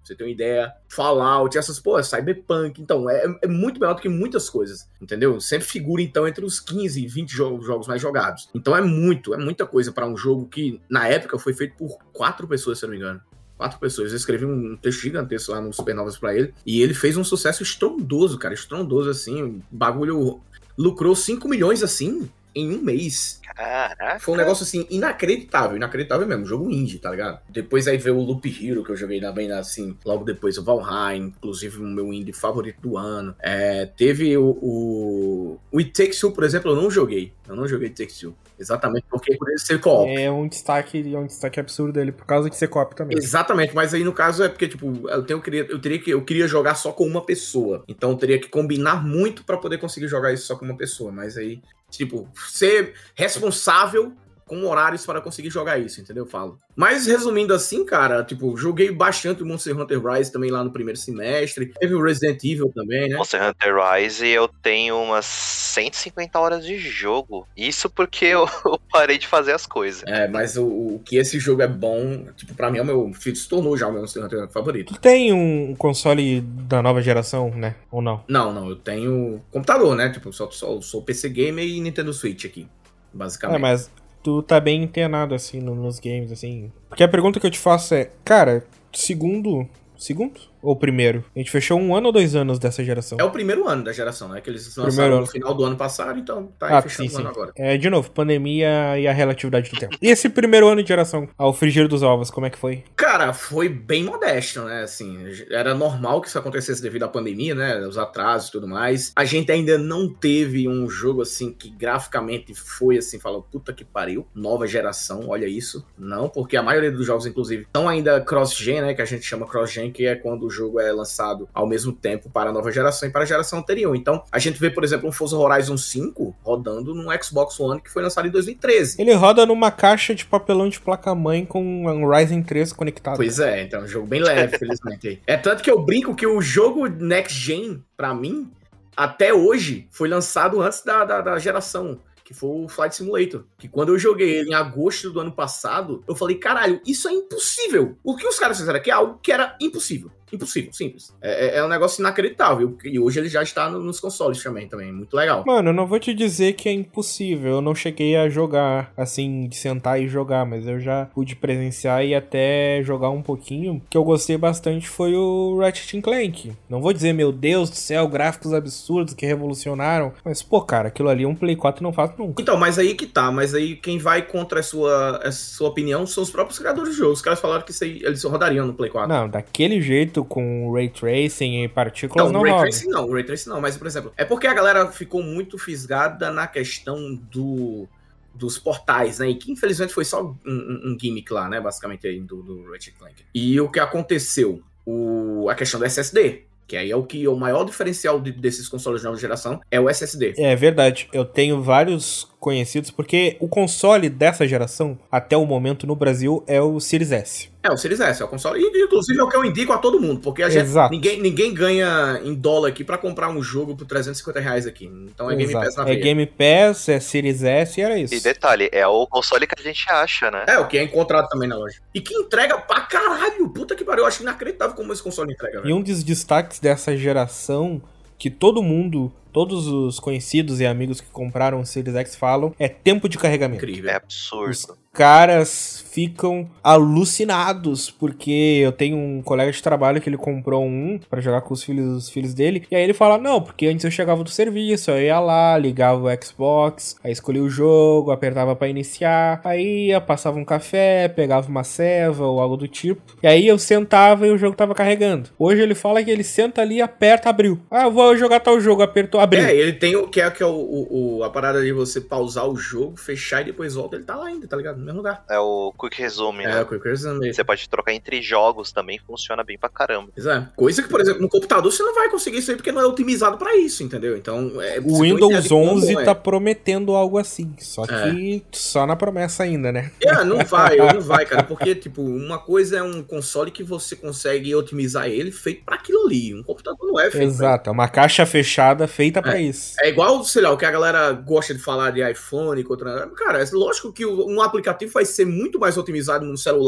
você tem uma ideia, Fallout, essas, pô, Cyberpunk, então, é, é muito melhor do que muitas coisas, entendeu? Sempre figura, então, entre os quinze e vinte jogos, jogos mais jogados. Então é muito, é muita coisa pra um jogo que, na época, foi feito por quatro pessoas, se eu não me engano. Quatro pessoas. Eu escrevi um texto gigantesco lá no Supernovas pra ele, e ele fez um sucesso estrondoso, cara, estrondoso, assim, o bagulho lucrou cinco milhões, assim, em um mês. Caraca. Foi um negócio, assim, inacreditável, inacreditável mesmo, jogo indie, tá ligado? Depois aí veio o Loop Hero, que eu joguei também, assim, logo depois o Valheim, inclusive o meu indie favorito do ano. É, teve o, o... o It Takes Two, por exemplo, eu não joguei. Eu não joguei It Takes Two. Exatamente, porque por ele ser co-op. É um destaque, é um destaque absurdo dele, por causa de ser co-op também. Exatamente, mas aí no caso é porque, tipo, eu, tenho, eu, queria, eu, teria que, eu queria jogar só com uma pessoa. Então eu teria que combinar muito pra poder conseguir jogar isso só com uma pessoa. Mas aí, tipo, ser responsável com horários para conseguir jogar isso, entendeu? Eu falo. Mas resumindo assim, cara, tipo, joguei bastante o Monster Hunter Rise também lá no primeiro semestre. Teve o Resident Evil também, né? Monster Hunter Rise eu tenho umas cento e cinquenta horas de jogo. Isso porque eu, eu parei de fazer as coisas. É, mas o, o que esse jogo é bom, tipo, pra mim é o meu, se tornou já o meu Monster Hunter favorito. Tu tem um console da nova geração, né? Ou não? Não, não, eu tenho computador, né? Tipo, só, só sou P C Gamer e Nintendo Switch aqui, basicamente. É, mas tu tá bem internado, assim, no, nos games, assim. Porque a pergunta que eu te faço é, cara, segundo... Segundo? Ou primeiro? A gente fechou um ano ou dois anos dessa geração? É o primeiro ano da geração, né? Que eles lançaram Primeiro no ano. final do ano passado, então tá Ah, fechando sim, o ano sim. agora. É, de novo, pandemia e a relatividade do tempo. E esse primeiro ano de geração, ao frigir dos ovos, como é que foi? Cara, foi bem modesto, né? Assim, era normal que isso acontecesse devido à pandemia, né? Os atrasos e tudo mais. A gente ainda não teve um jogo, assim, que graficamente foi, assim, falou, puta que pariu, nova geração, olha isso. Não, porque a maioria dos jogos, inclusive, são ainda cross-gen, né? Que a gente chama cross-gen, que é quando o jogo é lançado ao mesmo tempo para a nova geração e para a geração anterior. Então, a gente vê, por exemplo, um Forza Horizon cinco rodando num Xbox One que foi lançado em dois mil e treze. Ele roda numa caixa de papelão de placa-mãe com um Ryzen três conectado. Pois é, então é um jogo bem leve, felizmente. É tanto que eu brinco que o jogo Next Gen, pra mim, até hoje, foi lançado antes da, da, da geração, que foi o Flight Simulator. Que quando eu joguei ele em agosto do ano passado, eu falei, caralho, isso é impossível. O que os caras fizeram aqui é algo que era impossível. Impossível, simples. É, é um negócio inacreditável. E hoje ele já está no, nos consoles também, também. Muito legal. Mano, eu não vou te dizer que é impossível. Eu não cheguei a jogar, assim, de sentar e jogar, mas eu já pude presenciar e até jogar um pouquinho. O que eu gostei bastante foi o Ratchet and Clank. Não vou dizer, meu Deus do céu, gráficos absurdos que revolucionaram. Mas, pô, cara, aquilo ali um Play quatro não faz nunca. Então, mas aí que tá. Mas aí quem vai contra a sua, a sua opinião são os próprios criadores de jogos. Os caras falaram que isso aí, eles rodariam no Play quatro. Não, daquele jeito, com Ray Tracing e partículas, Não, não Ray roda. Tracing não, Ray Tracing não, mas por exemplo, é porque a galera ficou muito fisgada na questão do, dos portais, né, e que infelizmente foi só um, um, um gimmick lá, né, basicamente aí do, do Ratchet and Clank. E o que aconteceu? O, a questão do S S D, que aí é o que o maior diferencial de, desses consoles de nova geração é o S S D. É verdade, eu tenho vários conhecidos, porque o console dessa geração, até o momento no Brasil, é o Series S. É, o Series S, é o console, e inclusive é o que eu indico a todo mundo, porque a gente, Exato. ninguém, ninguém ganha em dólar aqui pra comprar um jogo por trezentos e cinquenta reais aqui, então é Game Exato. Pass na É veia. Game Pass, é Series S e era isso. E detalhe, é o console que a gente acha, né? É, o que é encontrado também na loja. E que entrega pra caralho, puta que pariu, eu acho inacreditável como esse console entrega, velho. E um dos destaques dessa geração, que todo mundo, todos os conhecidos e amigos que compraram o Series X falam, é tempo de carregamento. Incrível. É absurdo. Os caras ficam alucinados, porque eu tenho um colega de trabalho que ele comprou um pra jogar com os filhos, os filhos dele, e aí ele fala, não, porque antes eu chegava do serviço, eu ia lá, ligava o Xbox, aí escolhia o jogo, apertava pra iniciar, aí ia, passava um café, pegava uma ceva ou algo do tipo, e aí eu sentava e o jogo tava carregando. Hoje ele fala que ele senta ali, aperta, abriu. Ah, eu vou jogar tal jogo, apertou, abriu. É, ele tem o que é, que é o, o, o- a parada de você pausar o jogo, fechar e depois volta, ele tá lá ainda, tá ligado? No mesmo lugar. É o Quick Resume, É, né? o Quick Resume. Você pode trocar entre jogos também, funciona bem pra caramba. Exato. Coisa que, por exemplo, no computador você não vai conseguir isso aí porque não é otimizado pra isso, entendeu? Então, é, O você tem uma ideia Windows de como onze é. tá prometendo algo assim, só que só na promessa ainda, né? É, não vai, não vai, cara, porque, tipo, uma coisa é um console que você consegue otimizar ele feito pra aquilo ali. Um computador não é feito pra Exato, é uma caixa fechada feita pra isso. É igual, sei lá, o que a galera gosta de falar de iPhone, contra... Cara, é lógico que um aplicativo vai ser muito mais otimizado no celular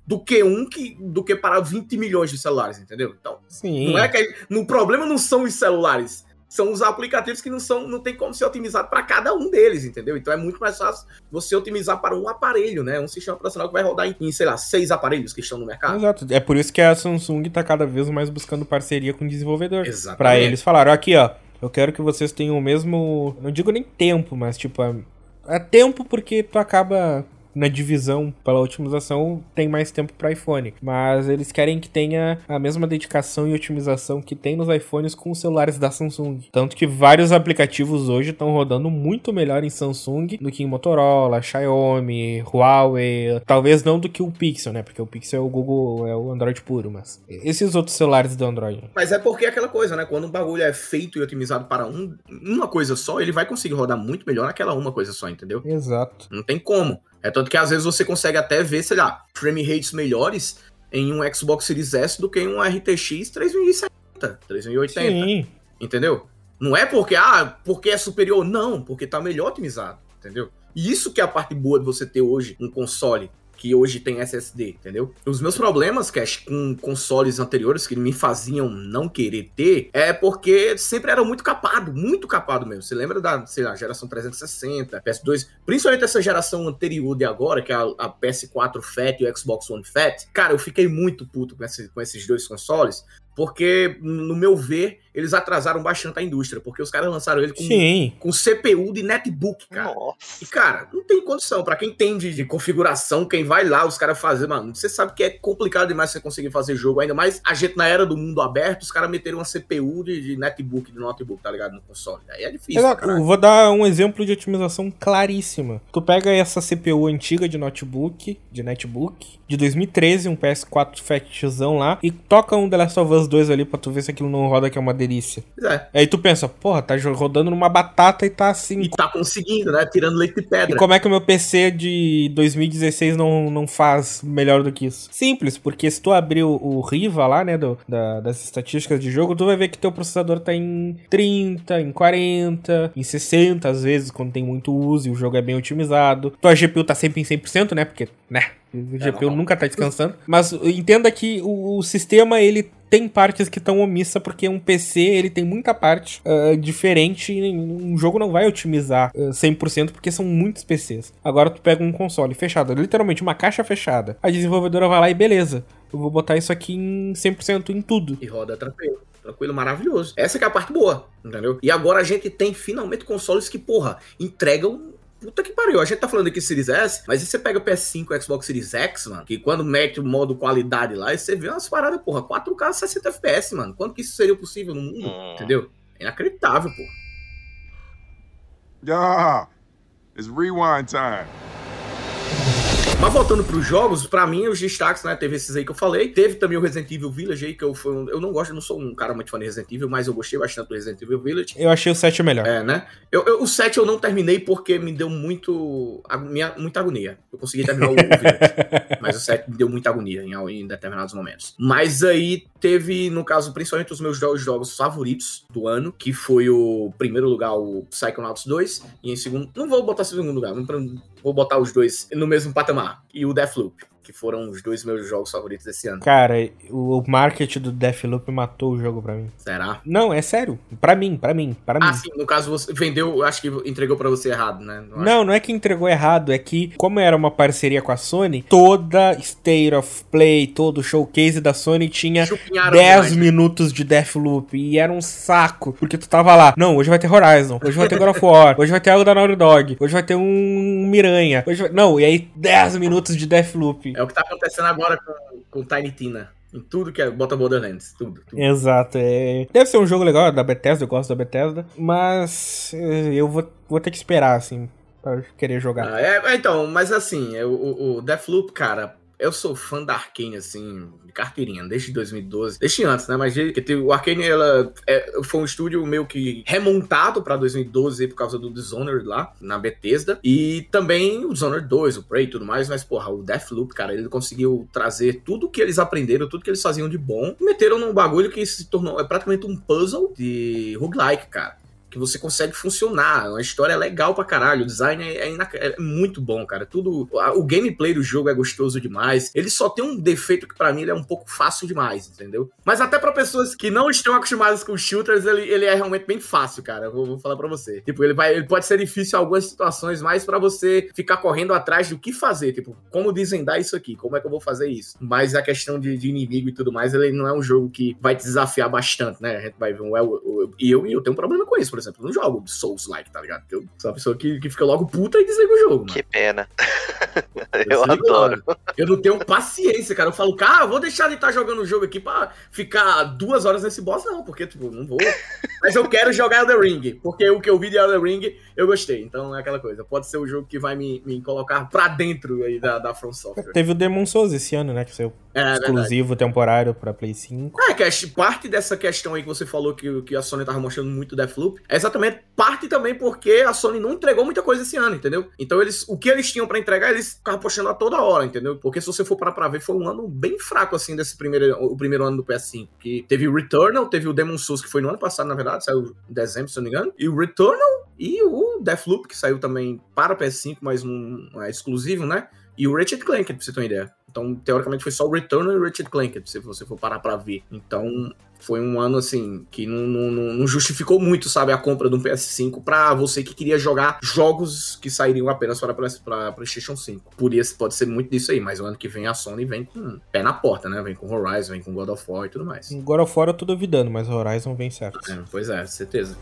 do que um que, do que para vinte milhões de celulares, entendeu? Então, Sim. não é que no problema não são os celulares, são os aplicativos que não são, não tem como ser otimizado para cada um deles, entendeu? Então é muito mais fácil você otimizar para um aparelho, né? Um sistema operacional que vai rodar em, em sei lá, seis aparelhos que estão no mercado. Exato. É por isso que a Samsung tá cada vez mais buscando parceria com o desenvolvedor. Exatamente. Pra eles falaram, aqui ó, eu quero que vocês tenham o mesmo, não digo nem tempo, mas tipo, é, é tempo porque tu acaba na divisão pela otimização, tem mais tempo para iPhone. Mas eles querem que tenha a mesma dedicação e otimização que tem nos iPhones com os celulares da Samsung. Tanto que vários aplicativos hoje estão rodando muito melhor em Samsung do que em Motorola, Xiaomi, Huawei. Talvez não do que o Pixel, né? Porque o Pixel é o Google, é o Android puro, mas esses outros celulares do Android. Mas é porque é aquela coisa, né? Quando um bagulho é feito e otimizado para um, uma coisa só, ele vai conseguir rodar muito melhor naquela uma coisa só, entendeu? Exato. Não tem como. É tanto que às vezes você consegue até ver, sei lá, frame rates melhores em um Xbox Series S do que em um R T X três mil e setenta, três mil e oitenta. Sim. Entendeu? Não é porque, ah, porque é superior. Não, porque tá melhor otimizado, entendeu? E isso que é a parte boa de você ter hoje um console que hoje tem S S D, entendeu? Os meus problemas, Cash, com consoles anteriores que me faziam não querer ter, é porque sempre era muito capado, muito capado mesmo. Você lembra da, sei lá, geração trezentos e sessenta, P S dois, principalmente essa geração anterior de agora, que é a, a P S quatro Fat e o Xbox One Fat. Cara, eu fiquei muito puto com, esse, com esses dois consoles, porque, no meu ver, eles atrasaram bastante a indústria, porque os caras lançaram ele com, com C P U de netbook, cara. Nossa. E, cara, não tem condição. Pra quem entende de configuração, quem vai lá, os caras fazem, mano, você sabe que é complicado demais você conseguir fazer jogo, ainda mais a gente na era do mundo aberto, os caras meteram uma C P U de, de netbook, de notebook, tá ligado? No console. Aí é difícil, Exato. Eu vou dar um exemplo de otimização claríssima. Tu pega essa C P U antiga de notebook, de netbook, de dois mil e treze, um P S quatro Fatzão lá, e toca um The Last of Us dois ali pra tu ver se aquilo não roda, que é uma delícia. É. Aí tu pensa, porra, tá rodando numa batata e tá assim. E tá conseguindo, né? Tirando leite de pedra. E como é que o meu P C de dois mil e dezesseis não, não faz melhor do que isso? Simples, porque se tu abrir o, o Riva lá, né, do, da, das estatísticas de jogo, tu vai ver que teu processador tá em trinta, em quarenta, em sessenta às vezes, quando tem muito uso e o jogo é bem otimizado. Tua G P U tá sempre em cem por cento, né, porque, né, o G P U é, nunca tá descansando. Mas entenda que o, o sistema, ele tem partes que estão omissas, porque um P C, ele tem muita parte uh, diferente e um jogo não vai otimizar uh, cem por cento, porque são muitos P Cs. Agora tu pega um console fechado, literalmente uma caixa fechada, a desenvolvedora vai lá e beleza, eu vou botar isso aqui em cem por cento em tudo. E roda tranquilo. Tranquilo, maravilhoso. Essa que é a parte boa, entendeu? E agora a gente tem finalmente consoles que, porra, entregam. Puta que pariu, a gente tá falando aqui Series S, mas aí você pega o P S cinco e o Xbox Series X, mano, que quando mete o modo qualidade lá, e você vê umas paradas, porra, quatro K sessenta F P S, mano. Quando que isso seria possível no mundo? Hum. Entendeu? É inacreditável, porra. Yeah, it's rewind time. Mas voltando pros jogos, pra mim, os destaques, né, teve esses aí que eu falei. Teve também o Resident Evil Village aí, que eu, foi um, eu não gosto, eu não sou um cara muito fã de Resident Evil, mas eu gostei bastante do Resident Evil Village. Eu achei o sete melhor. É, né? Eu, eu, o sete eu não terminei porque me deu muito, minha, muita agonia. Eu consegui terminar o Village, mas o sete me deu muita agonia em, em determinados momentos. Mas aí teve, no caso, principalmente os meus jogos, jogos favoritos do ano, que foi o primeiro lugar, o Psychonauts dois, e em segundo, não vou botar segundo lugar, vou botar os dois no mesmo patamar, e o Deathloop, que foram os dois meus jogos favoritos desse ano. Cara, o marketing do Deathloop matou o jogo pra mim. Será? Não, é sério. Pra mim, pra mim, pra mim. Ah, sim, no caso você vendeu, acho que entregou pra você errado, né? Não, não, não é que entregou errado, é que, como era uma parceria com a Sony, toda State of Play, todo showcase da Sony tinha dez minutos de Deathloop, e era um saco, porque tu tava lá, não, hoje vai ter Horizon, hoje vai ter God of War, hoje vai ter algo da Naughty Dog, hoje vai ter um Miranha, hoje vai... não, e aí dez minutos de Deathloop. É o que tá acontecendo agora com, com Tiny Tina. Em tudo que é bota Borderlands, tudo, tudo. Exato, é... deve ser um jogo legal da Bethesda, eu gosto da Bethesda, mas eu vou, vou ter que esperar, assim, pra querer jogar. Ah, é, então, mas assim, o, o, o Deathloop, cara, eu sou fã da Arkane, assim, de carteirinha, desde dois mil e doze. Desde antes, né? Mas porque o Arkane, ela é, foi um estúdio meio que remontado pra dois mil e doze por causa do Dishonored lá, na Bethesda. E também o Dishonored dois, o Prey e tudo mais. Mas, porra, o Deathloop, cara, ele conseguiu trazer tudo que eles aprenderam, tudo que eles faziam de bom, e meteram num bagulho que se tornou é praticamente um puzzle de roguelike, cara. que você consegue funcionar, a história é legal pra caralho, o design é, é, inac- é muito bom, cara, tudo, a, o gameplay do jogo é gostoso demais, ele só tem um defeito que pra mim ele é um pouco fácil demais, entendeu? Mas até pra pessoas que não estão acostumadas com shooters, ele, ele é realmente bem fácil, cara, eu vou, vou falar pra você. Tipo, ele, vai, ele pode ser difícil em algumas situações, mas pra você ficar correndo atrás do que fazer, tipo, como desvendar isso aqui, como é que eu vou fazer isso? Mas a questão de, de inimigo e tudo mais, ele não é um jogo que vai te desafiar bastante, né? A gente vai ver um... E eu, eu tenho um problema com isso, por exemplo, eu não jogo Souls-like, tá ligado? Porque eu sou uma pessoa que, que fica logo puta e desliga o jogo, mano. Que pena. Eu, eu adoro. Mano. Eu não tenho paciência, cara. Eu falo, cara, vou deixar de estar jogando o jogo aqui pra ficar duas horas nesse boss, não, porque, tipo, não vou. Mas eu quero jogar Elden Ring, porque o que eu vi de Elden Ring, eu gostei. Então é aquela coisa. Pode ser o jogo que vai me, me colocar pra dentro aí da, da From Software. Teve o Demon Souls esse ano, né? Que saiu É, exclusivo, verdade. temporário pra Play cinco. É, que parte dessa questão aí que você falou que, que a Sony tava mostrando muito Deathloop, é exatamente parte também porque a Sony não entregou muita coisa esse ano, entendeu? Então eles, o que eles tinham pra entregar, eles ficavam postando a toda hora, entendeu? Porque se você for parar pra ver, foi um ano bem fraco, assim, desse primeiro, o primeiro ano do P S cinco. Que teve o Returnal, teve o Demon Souls, que foi no ano passado, na verdade, saiu em dezembro, se eu não me engano, e o Returnal e o Deathloop, que saiu também para o P S cinco, mas um, um é exclusivo, né? E o Ratchet Clank, pra você ter uma ideia. Então, teoricamente, foi só o Returnal e o Ratchet Clank, se você for parar pra ver. Então, foi um ano, assim, que não, não, não justificou muito, sabe, a compra de um P S cinco pra você que queria jogar jogos que sairiam apenas para, para, para PlayStation cinco. Por isso, pode ser muito disso aí, mas o ano que vem a Sony vem com pé na porta, né? Vem com Horizon, vem com God of War e tudo mais. God of War eu tô duvidando, mas Horizon vem certo. É, pois é, certeza.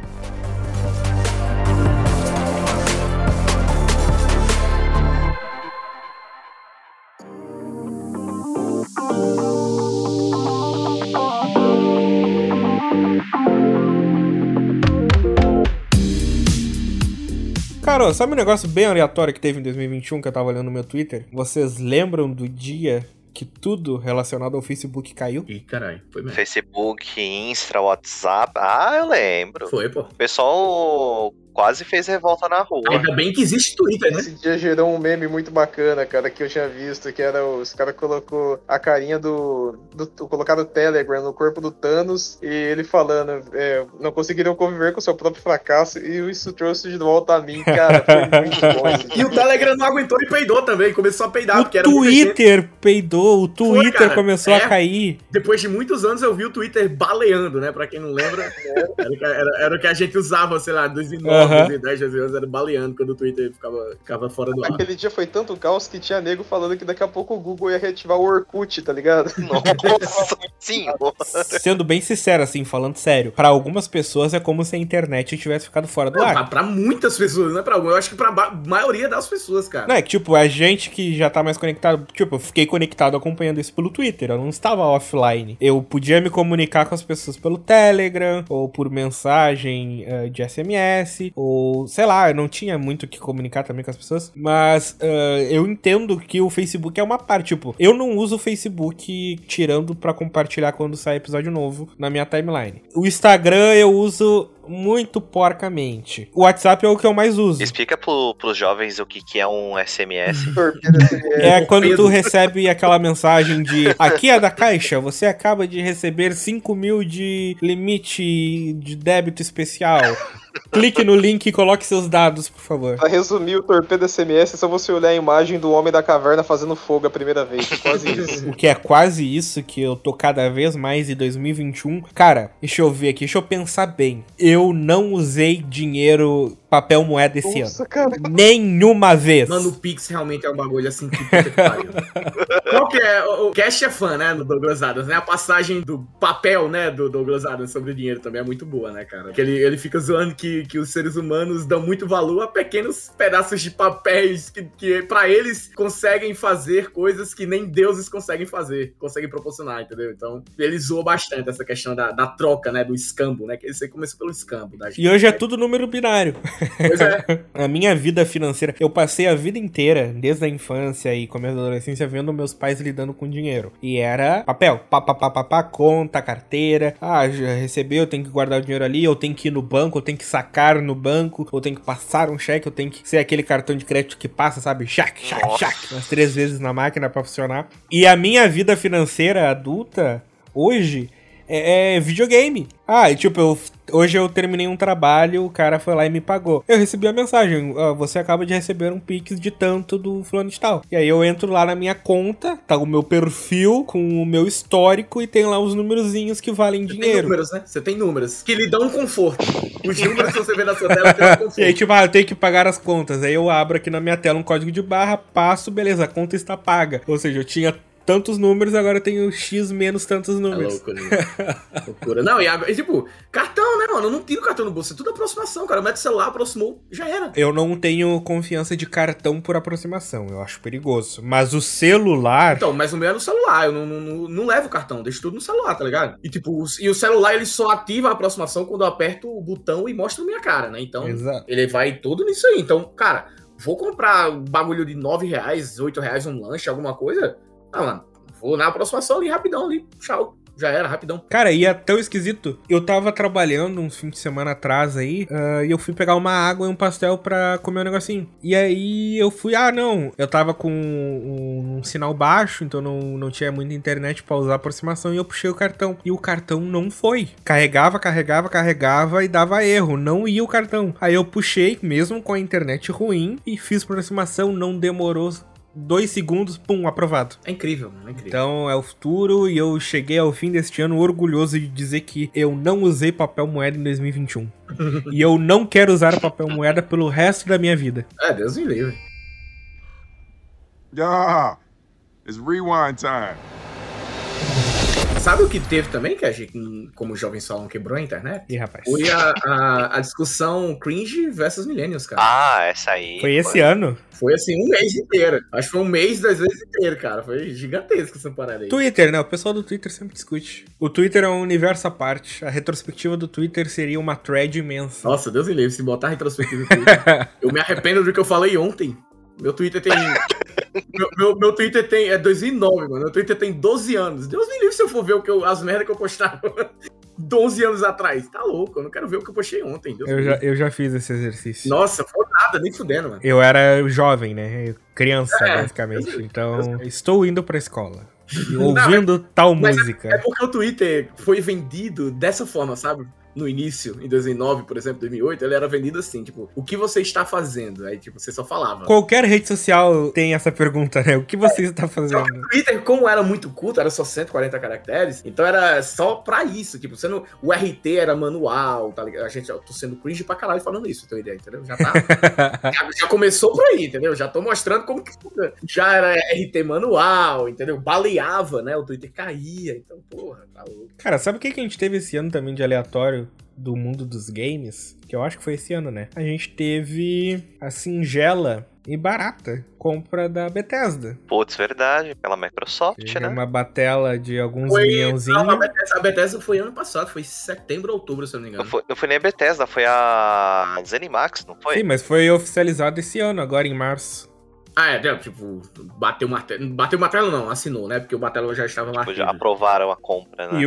Carol, sabe um negócio bem aleatório que teve em dois mil e vinte e um que eu tava olhando no meu Twitter? Vocês lembram do dia que tudo relacionado ao Facebook caiu? Ih, caralho, foi mesmo. Facebook, Insta, WhatsApp. Ah, eu lembro. Foi, pô. O pessoal quase fez revolta na rua. Ainda bem que existe Twitter, né? Esse dia gerou um meme muito bacana, cara, que eu tinha visto, que era os caras colocou a carinha do, do, do colocaram o Telegram no corpo do Thanos e ele falando, é, não conseguiram conviver com o seu próprio fracasso e isso trouxe de volta a mim, cara, foi muito bom esse dia. E o Telegram não aguentou e peidou também, começou a peidar. O porque era muita gente. Twitter peidou, o Twitter Foi, cara. começou É. a cair. Depois de muitos anos eu vi o Twitter baleando, né? Pra quem não lembra, era, o que- era, era o que a gente usava, sei lá, dois mil e nove, Aham. dois mil e dez, dois mil e onze, era baleando quando o Twitter ficava, ficava fora do ar. Aquele dia foi tanto caos que tinha nego falando que daqui a pouco o Google ia reativar o Orkut, tá ligado? Nossa senhora. Sendo bem sincero, assim, falando sério, pra algumas pessoas é como se a internet tivesse ficado fora do Não, ar. pra, pra muitas pessoas, não é pra algumas. Eu acho que pra ba- maioria das pessoas, cara. Não, é que, tipo, a gente que já tá mais conectado, tipo, eu fiquei conectado acompanhando isso pelo Twitter, eu não estava offline. Eu podia me comunicar com as pessoas pelo Telegram, ou por mensagem eh, de S M S, ou, sei lá, eu não tinha muito o que comunicar também com as pessoas, mas eh, eu entendo que o Facebook é uma parte, tipo, eu não uso o Facebook tirando pra compartilhar quando sai episódio novo na minha timeline. O Instagram eu uso muito porcamente. O WhatsApp é o que eu mais uso. Explica pro, pros jovens o que, que é um S M S. Torpedo S M S. É o quando Pedro. tu recebe aquela mensagem de aqui é da Caixa, você acaba de receber cinco mil de limite de débito especial. Clique no link e coloque seus dados, por favor. Pra resumir o Torpedo S M S, é só você olhar a imagem do Homem da Caverna fazendo fogo a primeira vez. É quase isso. O que é quase isso que eu tô cada vez mais em dois mil e vinte e um. Cara, deixa eu ver aqui, deixa eu pensar bem. Eu não usei dinheiro papel moeda esse Nossa, ano. cara. Nenhuma vez. Mano, o Pix realmente é um bagulho assim que puta que pariu. Qual que é? O o Cash é fã, né, do Douglas Adams, né? A passagem do papel, né, do Douglas Adams sobre o dinheiro também é muito boa, né, cara? Que ele, ele fica zoando que, que os seres humanos dão muito valor a pequenos pedaços de papéis que, que pra eles conseguem fazer coisas que nem deuses conseguem fazer, conseguem proporcionar, entendeu? Então, ele zoou bastante essa questão da, da troca, né, do escambo, né? Que você começou pelo escambo. Da gente, E hoje é né? tudo número binário. Pois é. A minha vida financeira, eu passei a vida inteira, desde a infância e começo da adolescência, vendo meus pais lidando com dinheiro. E era papel, pá, pá, pá, pá, pá, conta, carteira. Ah, já recebeu, eu tenho que guardar o dinheiro ali, eu tenho que ir no banco, eu tenho que sacar no banco, eu tenho que passar um cheque, eu tenho que ser aquele cartão de crédito que passa, sabe? Chac, chac, Nossa. chac, umas três vezes na máquina pra funcionar. E a minha vida financeira adulta, hoje, é, é videogame. Ah, e tipo, eu, hoje eu terminei um trabalho, o cara foi lá e me pagou. Eu recebi a mensagem, ó, você acaba de receber um Pix de tanto do fulano de tal. E aí eu entro lá na minha conta, tá o meu perfil com o meu histórico e tem lá os numerozinhos que valem Você dinheiro. tem números, né? Você tem números que lhe dão um conforto. Os números que você vê na sua tela tem um conforto. E aí tipo, ah, eu tenho que pagar as contas. Aí eu abro aqui na minha tela um código de barra, passo, beleza, a conta está paga. Ou seja, eu tinha tantos números, agora eu tenho X menos tantos números. É louco, né? Loucura. Não, e, e tipo, cartão, né, mano? Eu não tiro cartão no bolso, é tudo aproximação, cara. Eu meto o celular, aproximou, já era. Eu não tenho confiança de cartão por aproximação, eu acho perigoso. Mas o celular... Então, mas o meu é no celular, eu não, não, não, não levo o cartão, deixo tudo no celular, tá ligado? E tipo, o, e o celular, ele só ativa a aproximação quando eu aperto o botão e mostra a minha cara, né? Então, Exato. ele vai todo nisso aí. Então, cara, vou comprar um bagulho de nove reais, oito reais, um lanche, alguma coisa? Ah, mano, vou na aproximação ali, rapidão ali, tchau. Já era, rapidão. Cara, e é tão esquisito. Eu tava trabalhando uns fim de semana atrás aí, uh, e eu fui pegar uma água e um pastel pra comer um negocinho. E aí eu fui, ah, não, eu tava com um, um sinal baixo, então não, não tinha muita internet pra usar a aproximação, e eu puxei o cartão. E o cartão não foi. Carregava, carregava, carregava e dava erro. Não ia o cartão. Aí eu puxei, mesmo com a internet ruim, e fiz aproximação, não demorou dois segundos, pum, aprovado. É incrível, mano, é incrível. Então é o futuro e eu cheguei ao fim deste ano orgulhoso de dizer que eu não usei papel moeda em dois mil e vinte e um. E eu não quero usar papel moeda pelo resto da minha vida. É, Deus me livre. Yeah, it's rewind time. Sabe o que teve também, que a gente, como os jovens falam, quebrou a internet? Ih, rapaz. Foi a, a, a discussão cringe versus millennials, cara. Ah, essa aí. Foi esse ano. Foi assim, um mês inteiro. Acho que foi um mês, dois meses inteiro, cara. Foi gigantesco essa parada aí. Twitter, né? O pessoal do Twitter sempre discute. O Twitter é um universo à parte. A retrospectiva do Twitter seria uma thread imensa. Nossa, Deus me livre, se botar a retrospectiva do Twitter. Eu me arrependo do que eu falei ontem. Meu Twitter tem... meu, meu, meu Twitter tem... É dois mil e nove, mano. Meu Twitter tem doze anos. Deus me livre se eu for ver o que eu, as merdas que eu postava doze anos atrás. Tá louco, eu não quero ver o que eu postei ontem. Deus Eu já, eu já fiz esse exercício. Nossa, foi nada, nem fudendo, mano. Eu era jovem, né? Criança, É, basicamente. eu- Então, estou indo pra escola. E ouvindo tal mas música. É porque o Twitter foi vendido dessa forma, sabe? No início, em dois mil e nove, por exemplo, dois mil e oito, ele era vendido assim, tipo, o que você está fazendo? Aí, tipo, você só falava. Qualquer rede social tem essa pergunta, né? O que você está Só que fazendo? o Twitter, como era muito curto, era só cento e quarenta caracteres, então era só pra isso, tipo, você não, o R T era manual, tá ligado? A gente, eu tô sendo cringe pra caralho falando isso, tua ideia, entendeu? Já tá, já, já começou por aí, entendeu? Já tô mostrando como que já era R T manual, entendeu? Baleava, né? O Twitter caía, então, porra, tá louco. Cara, sabe o que que a gente teve esse ano também de aleatório do mundo dos games? Que eu acho que foi esse ano, né? A gente teve a singela e barata compra da Bethesda. Putz, verdade, pela Microsoft, Teve né? uma batela de alguns Foi, milhãozinhos. não, a, Bethesda, a Bethesda foi ano passado, foi setembro ou outubro, se eu não me Não engano. foi, não foi nem a Bethesda, foi a Zenimax, não foi? Sim, mas foi oficializado esse ano, agora em março. Ah, é, deu, tipo, bateu o martelo. Bateu o martelo não, assinou, né? Porque o martelo já estava Tipo, marcado. já aprovaram a compra, né? E o,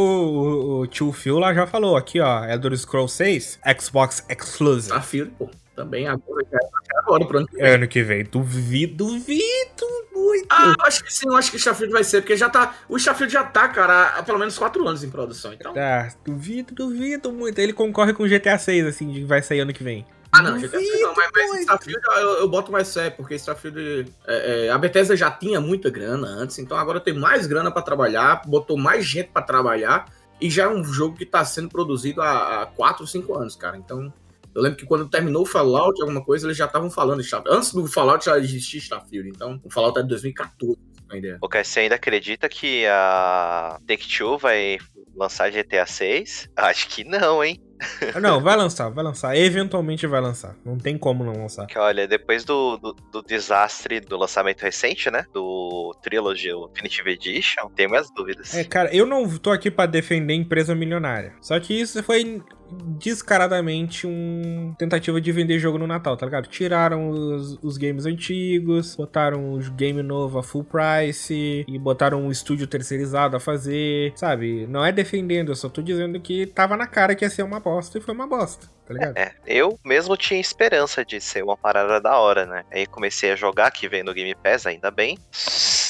o, o tio Phil lá já falou, aqui ó, Elder Scrolls seis, Xbox Exclusive. Starfield, pô, também agora, já é agora, pro ano que vem. Ano que vem, duvido, duvido muito. Ah, eu acho que sim, eu acho que o Starfield vai ser, porque já tá, o Starfield já tá, cara, há pelo menos quatro anos em produção, então... Tá, duvido, duvido muito. Ele concorre com o G T A seis, assim, de que vai sair ano que vem. Ah, não, G T A seis não, mas, mas muito. Starfield eu, eu boto mais fé, porque Starfield, é, é, a Bethesda já tinha muita grana antes, então agora tem mais grana pra trabalhar, botou mais gente pra trabalhar, e já é um jogo que tá sendo produzido há quatro, cinco anos, cara, então... Eu lembro que quando terminou o Fallout, alguma coisa, eles já estavam falando de Starfield. Antes do Fallout já existia Starfield, então o Fallout é de dois mil e quatorze, a ideia. O Caio, você ainda acredita que a Take-Two vai lançar G T A seis? Acho que não, hein? Não, vai lançar, vai lançar. Eventualmente vai lançar. Não tem como não lançar. Que olha, depois do, do, do desastre do lançamento recente, né? Do Trilogy o Definitive Edition, tenho minhas dúvidas. É, cara, eu não tô aqui pra defender empresa milionária. Só que isso foi descaradamente uma tentativa de vender jogo no Natal, tá ligado? Tiraram os, os games antigos, botaram o game novo a full price e botaram um estúdio terceirizado a fazer, sabe? Não é defendendo, eu só tô dizendo que tava na cara que ia ser uma bosta e foi uma bosta, tá ligado? É, eu mesmo tinha esperança de ser uma parada da hora, né? Aí comecei a jogar, que vem no Game Pass, ainda bem.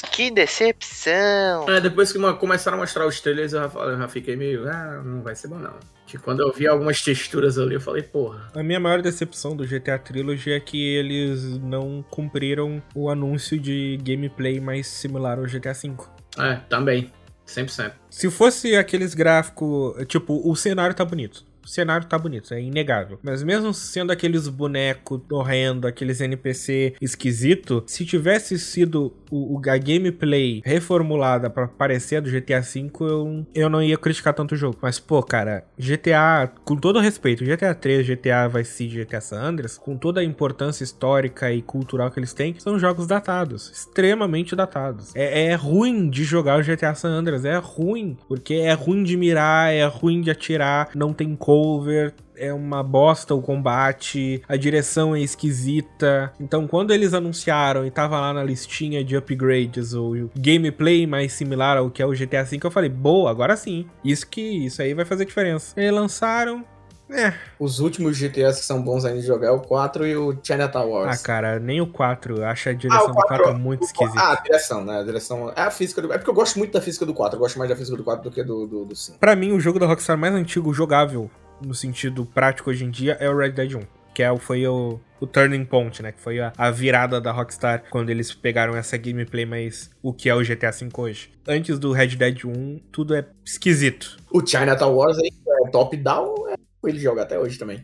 Que decepção. É, depois que uma- começaram a mostrar os trailers, eu já, falei- eu já fiquei meio, ah, não vai ser bom não. Que quando eu vi algumas texturas ali, eu falei, porra. A minha maior decepção do G T A Trilogy é que eles não cumpriram o anúncio de gameplay mais similar ao G T A cinco. É, também, cem por cento. Se fosse aqueles gráficos, tipo, o cenário tá bonito. O cenário tá bonito, é inegável. Mas mesmo sendo aqueles bonecos horrendos, aqueles N P C esquisito, se tivesse sido o, o- a gameplay reformulada pra parecer a do G T A cinco, eu, eu não ia criticar tanto o jogo. Mas, pô, cara, G T A, com todo respeito, G T A três, G T A Vice City, G T A San Andreas, com toda a importância histórica e cultural que eles têm, são jogos datados, extremamente datados. É, é ruim de jogar o G T A San Andreas, é ruim, porque é ruim de mirar, é ruim de atirar, não tem cover, é uma bosta o combate, a direção é esquisita. Então, quando eles anunciaram e tava lá na listinha de upgrades o gameplay mais similar ao que é o G T A cinco, eu falei, boa, agora sim. Isso que isso aí vai fazer diferença. E aí lançaram. É. Os últimos G T As que são bons ainda de jogar é o quatro e o Chinatown Ah, Wars. cara, nem o quatro. Eu acho a direção Ah, o do quatro quatro muito o- esquisita. Ah, a direção, né? A direção. É a física do. É porque eu gosto muito da física do quatro. Eu gosto mais da física do quatro do que do, do, do cinco. Pra mim, o jogo da Rockstar mais antigo jogável, no sentido prático hoje em dia, é o Red Dead um. Que é, o- foi o, o turning point, né? Que foi a, a virada da Rockstar quando eles pegaram essa gameplay mais o que é o G T A cinco hoje. Antes do Red Dead um, tudo é esquisito. O Chinatown Wars aí, é top-down, é ele joga até hoje também.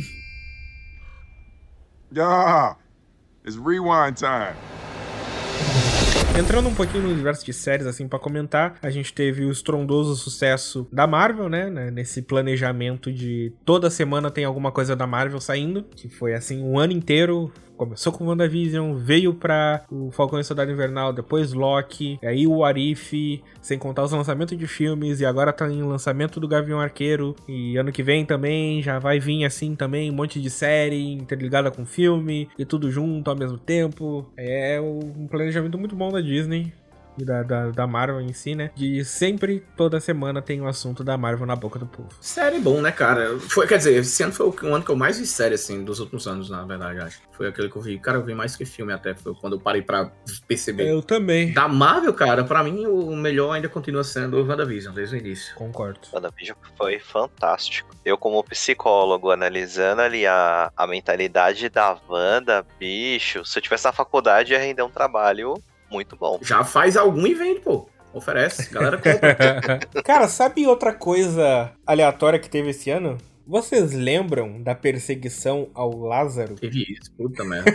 Yeah, it's rewind time. Entrando um pouquinho no universo de séries, assim, pra comentar, a gente teve o estrondoso sucesso da Marvel, né, né, nesse planejamento de toda semana tem alguma coisa da Marvel saindo, que foi, assim, um ano inteiro. Começou com WandaVision, veio pra o Falcão e Soldado Invernal, depois Loki, aí o What If, sem contar os lançamentos de filmes, e agora tá em lançamento do Gavião Arqueiro, e ano que vem também já vai vir assim também, um monte de série interligada com filme, e tudo junto ao mesmo tempo. É um planejamento muito bom da Disney. E da, da, da Marvel em si, né? De sempre, toda semana, tem um assunto da Marvel na boca do povo. Série bom, né, cara? Foi, quer dizer, esse ano foi o ano que eu mais vi série, assim, dos últimos anos, na verdade, acho. Foi aquele que eu vi. Cara, eu vi mais que filme até. Foi quando eu parei pra perceber. Eu também. Da Marvel, cara, pra mim o melhor ainda continua sendo o WandaVision, desde o início. Concordo. WandaVision foi fantástico. Eu, como psicólogo, analisando ali a, a mentalidade da Wanda, bicho, se eu tivesse na faculdade, ia render um trabalho muito bom. Já faz algum e vende, pô. Oferece, galera compra. Cara, sabe outra coisa aleatória que teve esse ano? Vocês lembram da perseguição ao Lázaro? Teve isso, puta merda.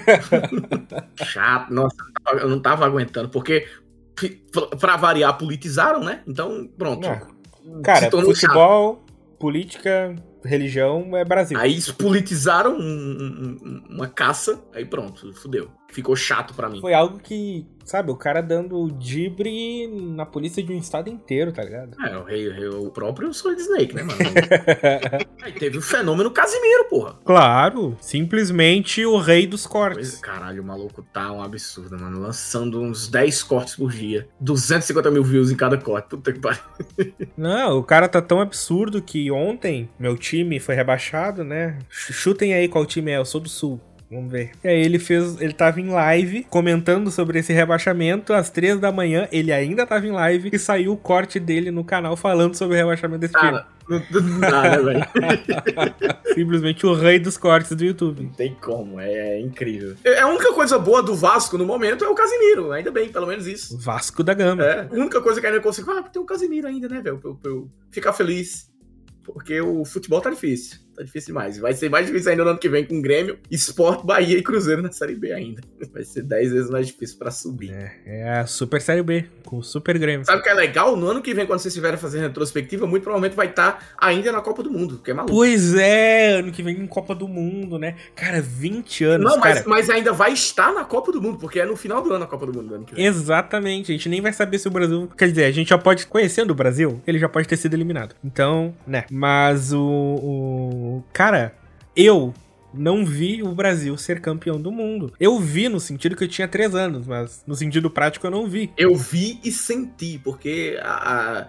Chato, nossa, eu não tava aguentando, porque pra variar, politizaram, né? Então, pronto. Ah, cara, Se tornou futebol, política, religião é Brasil. Aí eles politizaram um- um- uma caça, aí pronto, fudeu. Ficou chato pra mim. Foi algo que, sabe, o cara dando dibre na polícia de um estado inteiro, tá ligado? É, o rei, o rei- o próprio Solid Snake, né, mano? Aí teve o fenômeno Casimiro, porra. Claro, simplesmente o rei dos Pois, cortes. caralho, o maluco tá um absurdo, mano. Lançando uns dez cortes por dia. duzentos e cinquenta mil views em cada corte. Puta que pariu. Não, o cara tá tão absurdo que ontem meu time foi rebaixado, né? Ch- Chutem aí qual time é, eu sou do Sul. Vamos ver. E aí ele fez, ele tava em live comentando sobre esse rebaixamento às três da manhã, ele ainda tava em live e saiu o corte dele no canal falando sobre o rebaixamento desse Cara, não, não dá, né, velho? time. Simplesmente o rei dos cortes do YouTube. Não tem como, é, é incrível. É, a única coisa boa do Vasco no momento é o Casimiro. Ainda bem, pelo menos isso. Vasco da Gama. É, a única coisa que ainda consigo. Ah, tem o Casimiro ainda, né, velho? Pra, eu- pra eu ficar feliz. Porque o futebol tá difícil. Tá difícil demais. Vai ser mais difícil ainda no ano que vem com Grêmio, Sport, Bahia e Cruzeiro na Série B ainda. Vai ser dez vezes mais difícil pra subir. É, é a Super Série B, com o Super Grêmio. Sabe o que é legal? No ano que vem, quando vocês estiverem fazendo retrospectiva, muito provavelmente vai estar ainda na Copa do Mundo, que é maluco. Pois é, ano que vem em Copa do Mundo, né? Cara, vinte anos, Não, mas, cara. mas ainda vai estar na Copa do Mundo, porque é no final do ano a Copa do Mundo do ano que vem. Exatamente, a gente nem vai saber se o Brasil... Quer dizer, a gente já pode, conhecendo o Brasil, ele já pode ter sido eliminado. Então, né. Mas o... o... Cara, eu não vi o Brasil ser campeão do mundo. Eu vi no sentido que eu tinha três anos, mas no sentido prático eu não vi. Eu vi e senti, porque a, a,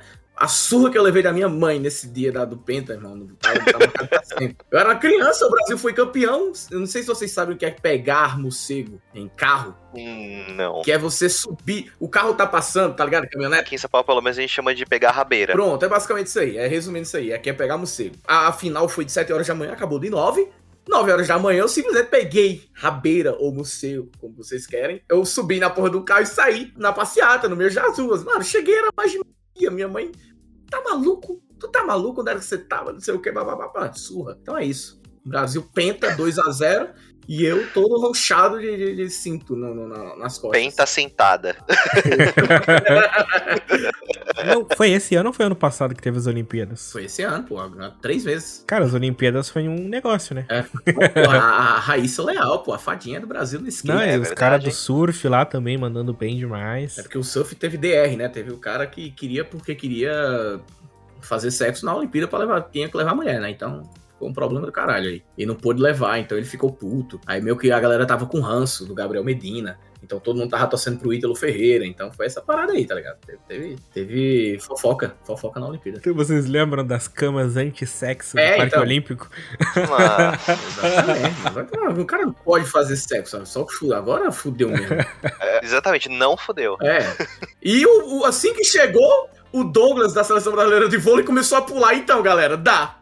A surra que eu levei da minha mãe nesse dia da, do Penta, irmão. No, tava, tava eu era uma criança, o Brasil foi campeão. Eu não sei se vocês sabem o que é pegar morcego em carro. Hum, não. Que é você subir. O carro tá passando, tá ligado? Caminhonete. Aqui em São Paulo, pelo menos, a gente chama de pegar rabeira. Pronto, é basicamente isso aí. É resumindo isso aí. Aqui é pegar morcego. A, a final foi de sete horas da manhã, acabou de nove. nove horas da manhã, eu simplesmente peguei rabeira ou morcego, como vocês querem. Eu subi na porra do carro e saí na passeata, no meio das ruas. Mano, cheguei, era mais de meia. Minha mãe, tá maluco? Tu tá maluco? Onde era que você tava? Não sei o que, bababá, surra. Então é isso. Brasil penta dois a zero e eu todo ronchado de, de, de cinto no, no, nas costas. Penta sentada. Não, foi esse ano ou foi ano passado que teve as Olimpíadas? Foi esse ano, pô. Três vezes. Cara, as Olimpíadas foi um negócio, né? É. Pô, a, a Raíssa Leal, pô. A fadinha do Brasil no skate. Não, é e os caras do surf lá também mandando bem demais. É porque o surf teve D R, né? Teve o cara que queria porque queria fazer sexo na Olimpíada pra levar. Tinha que levar a mulher, né? Então... foi um problema do caralho aí. E não pôde levar, então ele ficou puto. Aí meio que a galera tava com ranço do Gabriel Medina. Então todo mundo tava torcendo pro Ítalo Ferreira. Então foi essa parada aí, tá ligado? Teve, teve, teve fofoca. Fofoca na Olimpíada. Então vocês lembram das camas anti-sexo é, do Parque então. Olímpico? Exatamente. O cara não pode fazer sexo, só que agora fudeu mesmo. É, exatamente, não fudeu. É. E o, o, assim que chegou, o Douglas da Seleção Brasileira de Vôlei começou a pular. Então, galera, dá.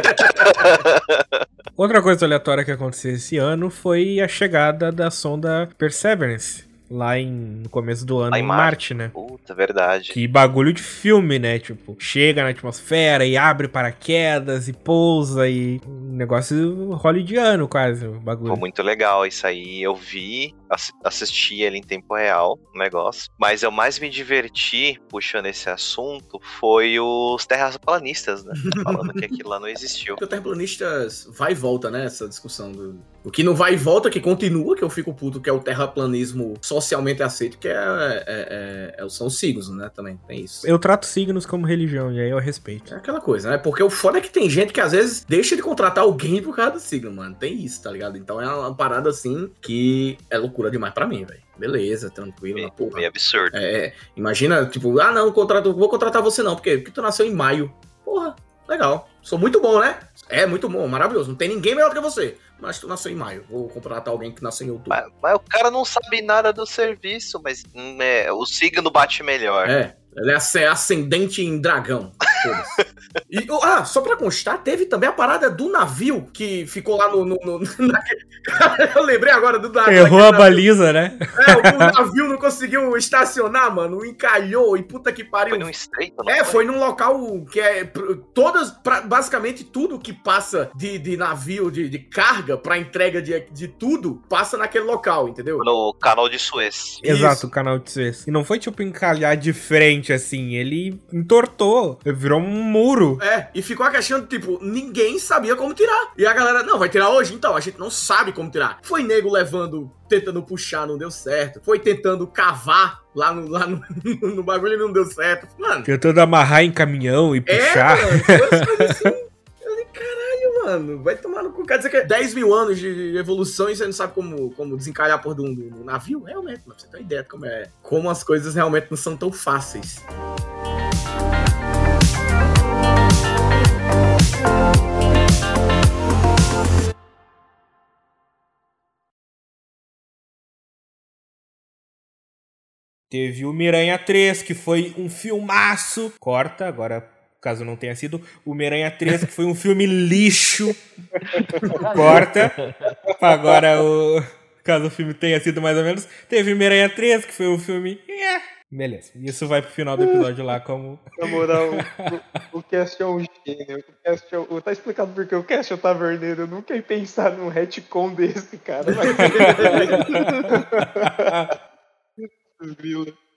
Outra coisa aleatória que aconteceu esse ano foi a chegada da sonda Perseverance, lá em, no começo do ano, lá em em Marte. Marte, né? Puta, verdade. Que bagulho de filme, né? Tipo, chega na atmosfera e abre paraquedas e pousa e... um negócio hollywoodiano quase, o bagulho. Foi muito legal isso aí. Eu vi, ass- assisti ele em tempo real, o negócio. Mas eu mais me diverti, puxando esse assunto, foi os terraplanistas, né? Falando que aquilo lá não existiu. Porque o terraplanistas vai e volta, né? Essa discussão do... O que não vai e volta, que continua, que eu fico puto, que é o terraplanismo socialmente aceito, que é, é, é, é, são os signos, né? Também tem isso. Eu trato signos como religião, e aí eu respeito. É aquela coisa, né? Porque o foda é que tem gente que às vezes deixa de contratar alguém por causa do signo, mano. Tem isso, tá ligado? Então é uma parada assim que é loucura demais pra mim, velho. Beleza, tranquilo, Meio, porra. meio absurdo. É, imagina, tipo, ah não, contrato, vou contratar você não, porque, porque tu nasceu em maio. Porra, legal. Sou muito bom, né? É muito bom, maravilhoso. Não tem ninguém melhor do que você. Mas tu nasceu em maio. Vou contratar alguém que nasceu em outubro. Mas, mas o cara não sabe nada do serviço, mas hum, é, o signo bate melhor. É, ele é ascendente em dragão. E, ah, só pra constar, teve também a parada do navio que ficou lá no... no, no naquele... Eu lembrei agora do navio. Errou a navio. baliza, né? É, o navio não conseguiu estacionar, mano. Encalhou e puta que pariu. Foi num estreito, não É, foi? foi num local que é... Todas, pra, basicamente, tudo que passa de, de navio, de, de carga pra entrega de, de tudo, passa naquele local, entendeu? No canal de Suez. Exato, Isso. o canal de Suez. E não foi tipo encalhar de frente assim, ele entortou, virou um muro. É, e ficou a questão de, tipo, ninguém sabia como tirar. E a galera, não, vai tirar hoje? Então, a gente não sabe como tirar. Foi nego levando, tentando puxar, não deu certo. Foi tentando cavar lá no, lá no, no bagulho e não deu certo. Mano, Tentando amarrar em caminhão e puxar. é, mano, foi umas coisas assim. Eu falei, caralho, mano, vai tomar no cu. Quer dizer que é dez mil anos de evolução e você não sabe como, como desencalhar por um, um navio? Realmente, mano, você tem uma ideia de como é. Como as coisas realmente não são tão fáceis. Teve o Miranha três, que foi um filmaço. Corta, agora, caso não tenha sido, o Miranha três, que foi um filme lixo. Corta. Agora, o... caso o filme tenha sido mais ou menos, teve o Miranha três, que foi um filme... Yeah. Beleza, isso vai pro final do episódio lá como... Na moral, o, o Cast é um gênio. O Cast é um... Tá explicado porque o Cast é o taverneiro. Eu nunca ia pensar num retcon desse, cara. Mas...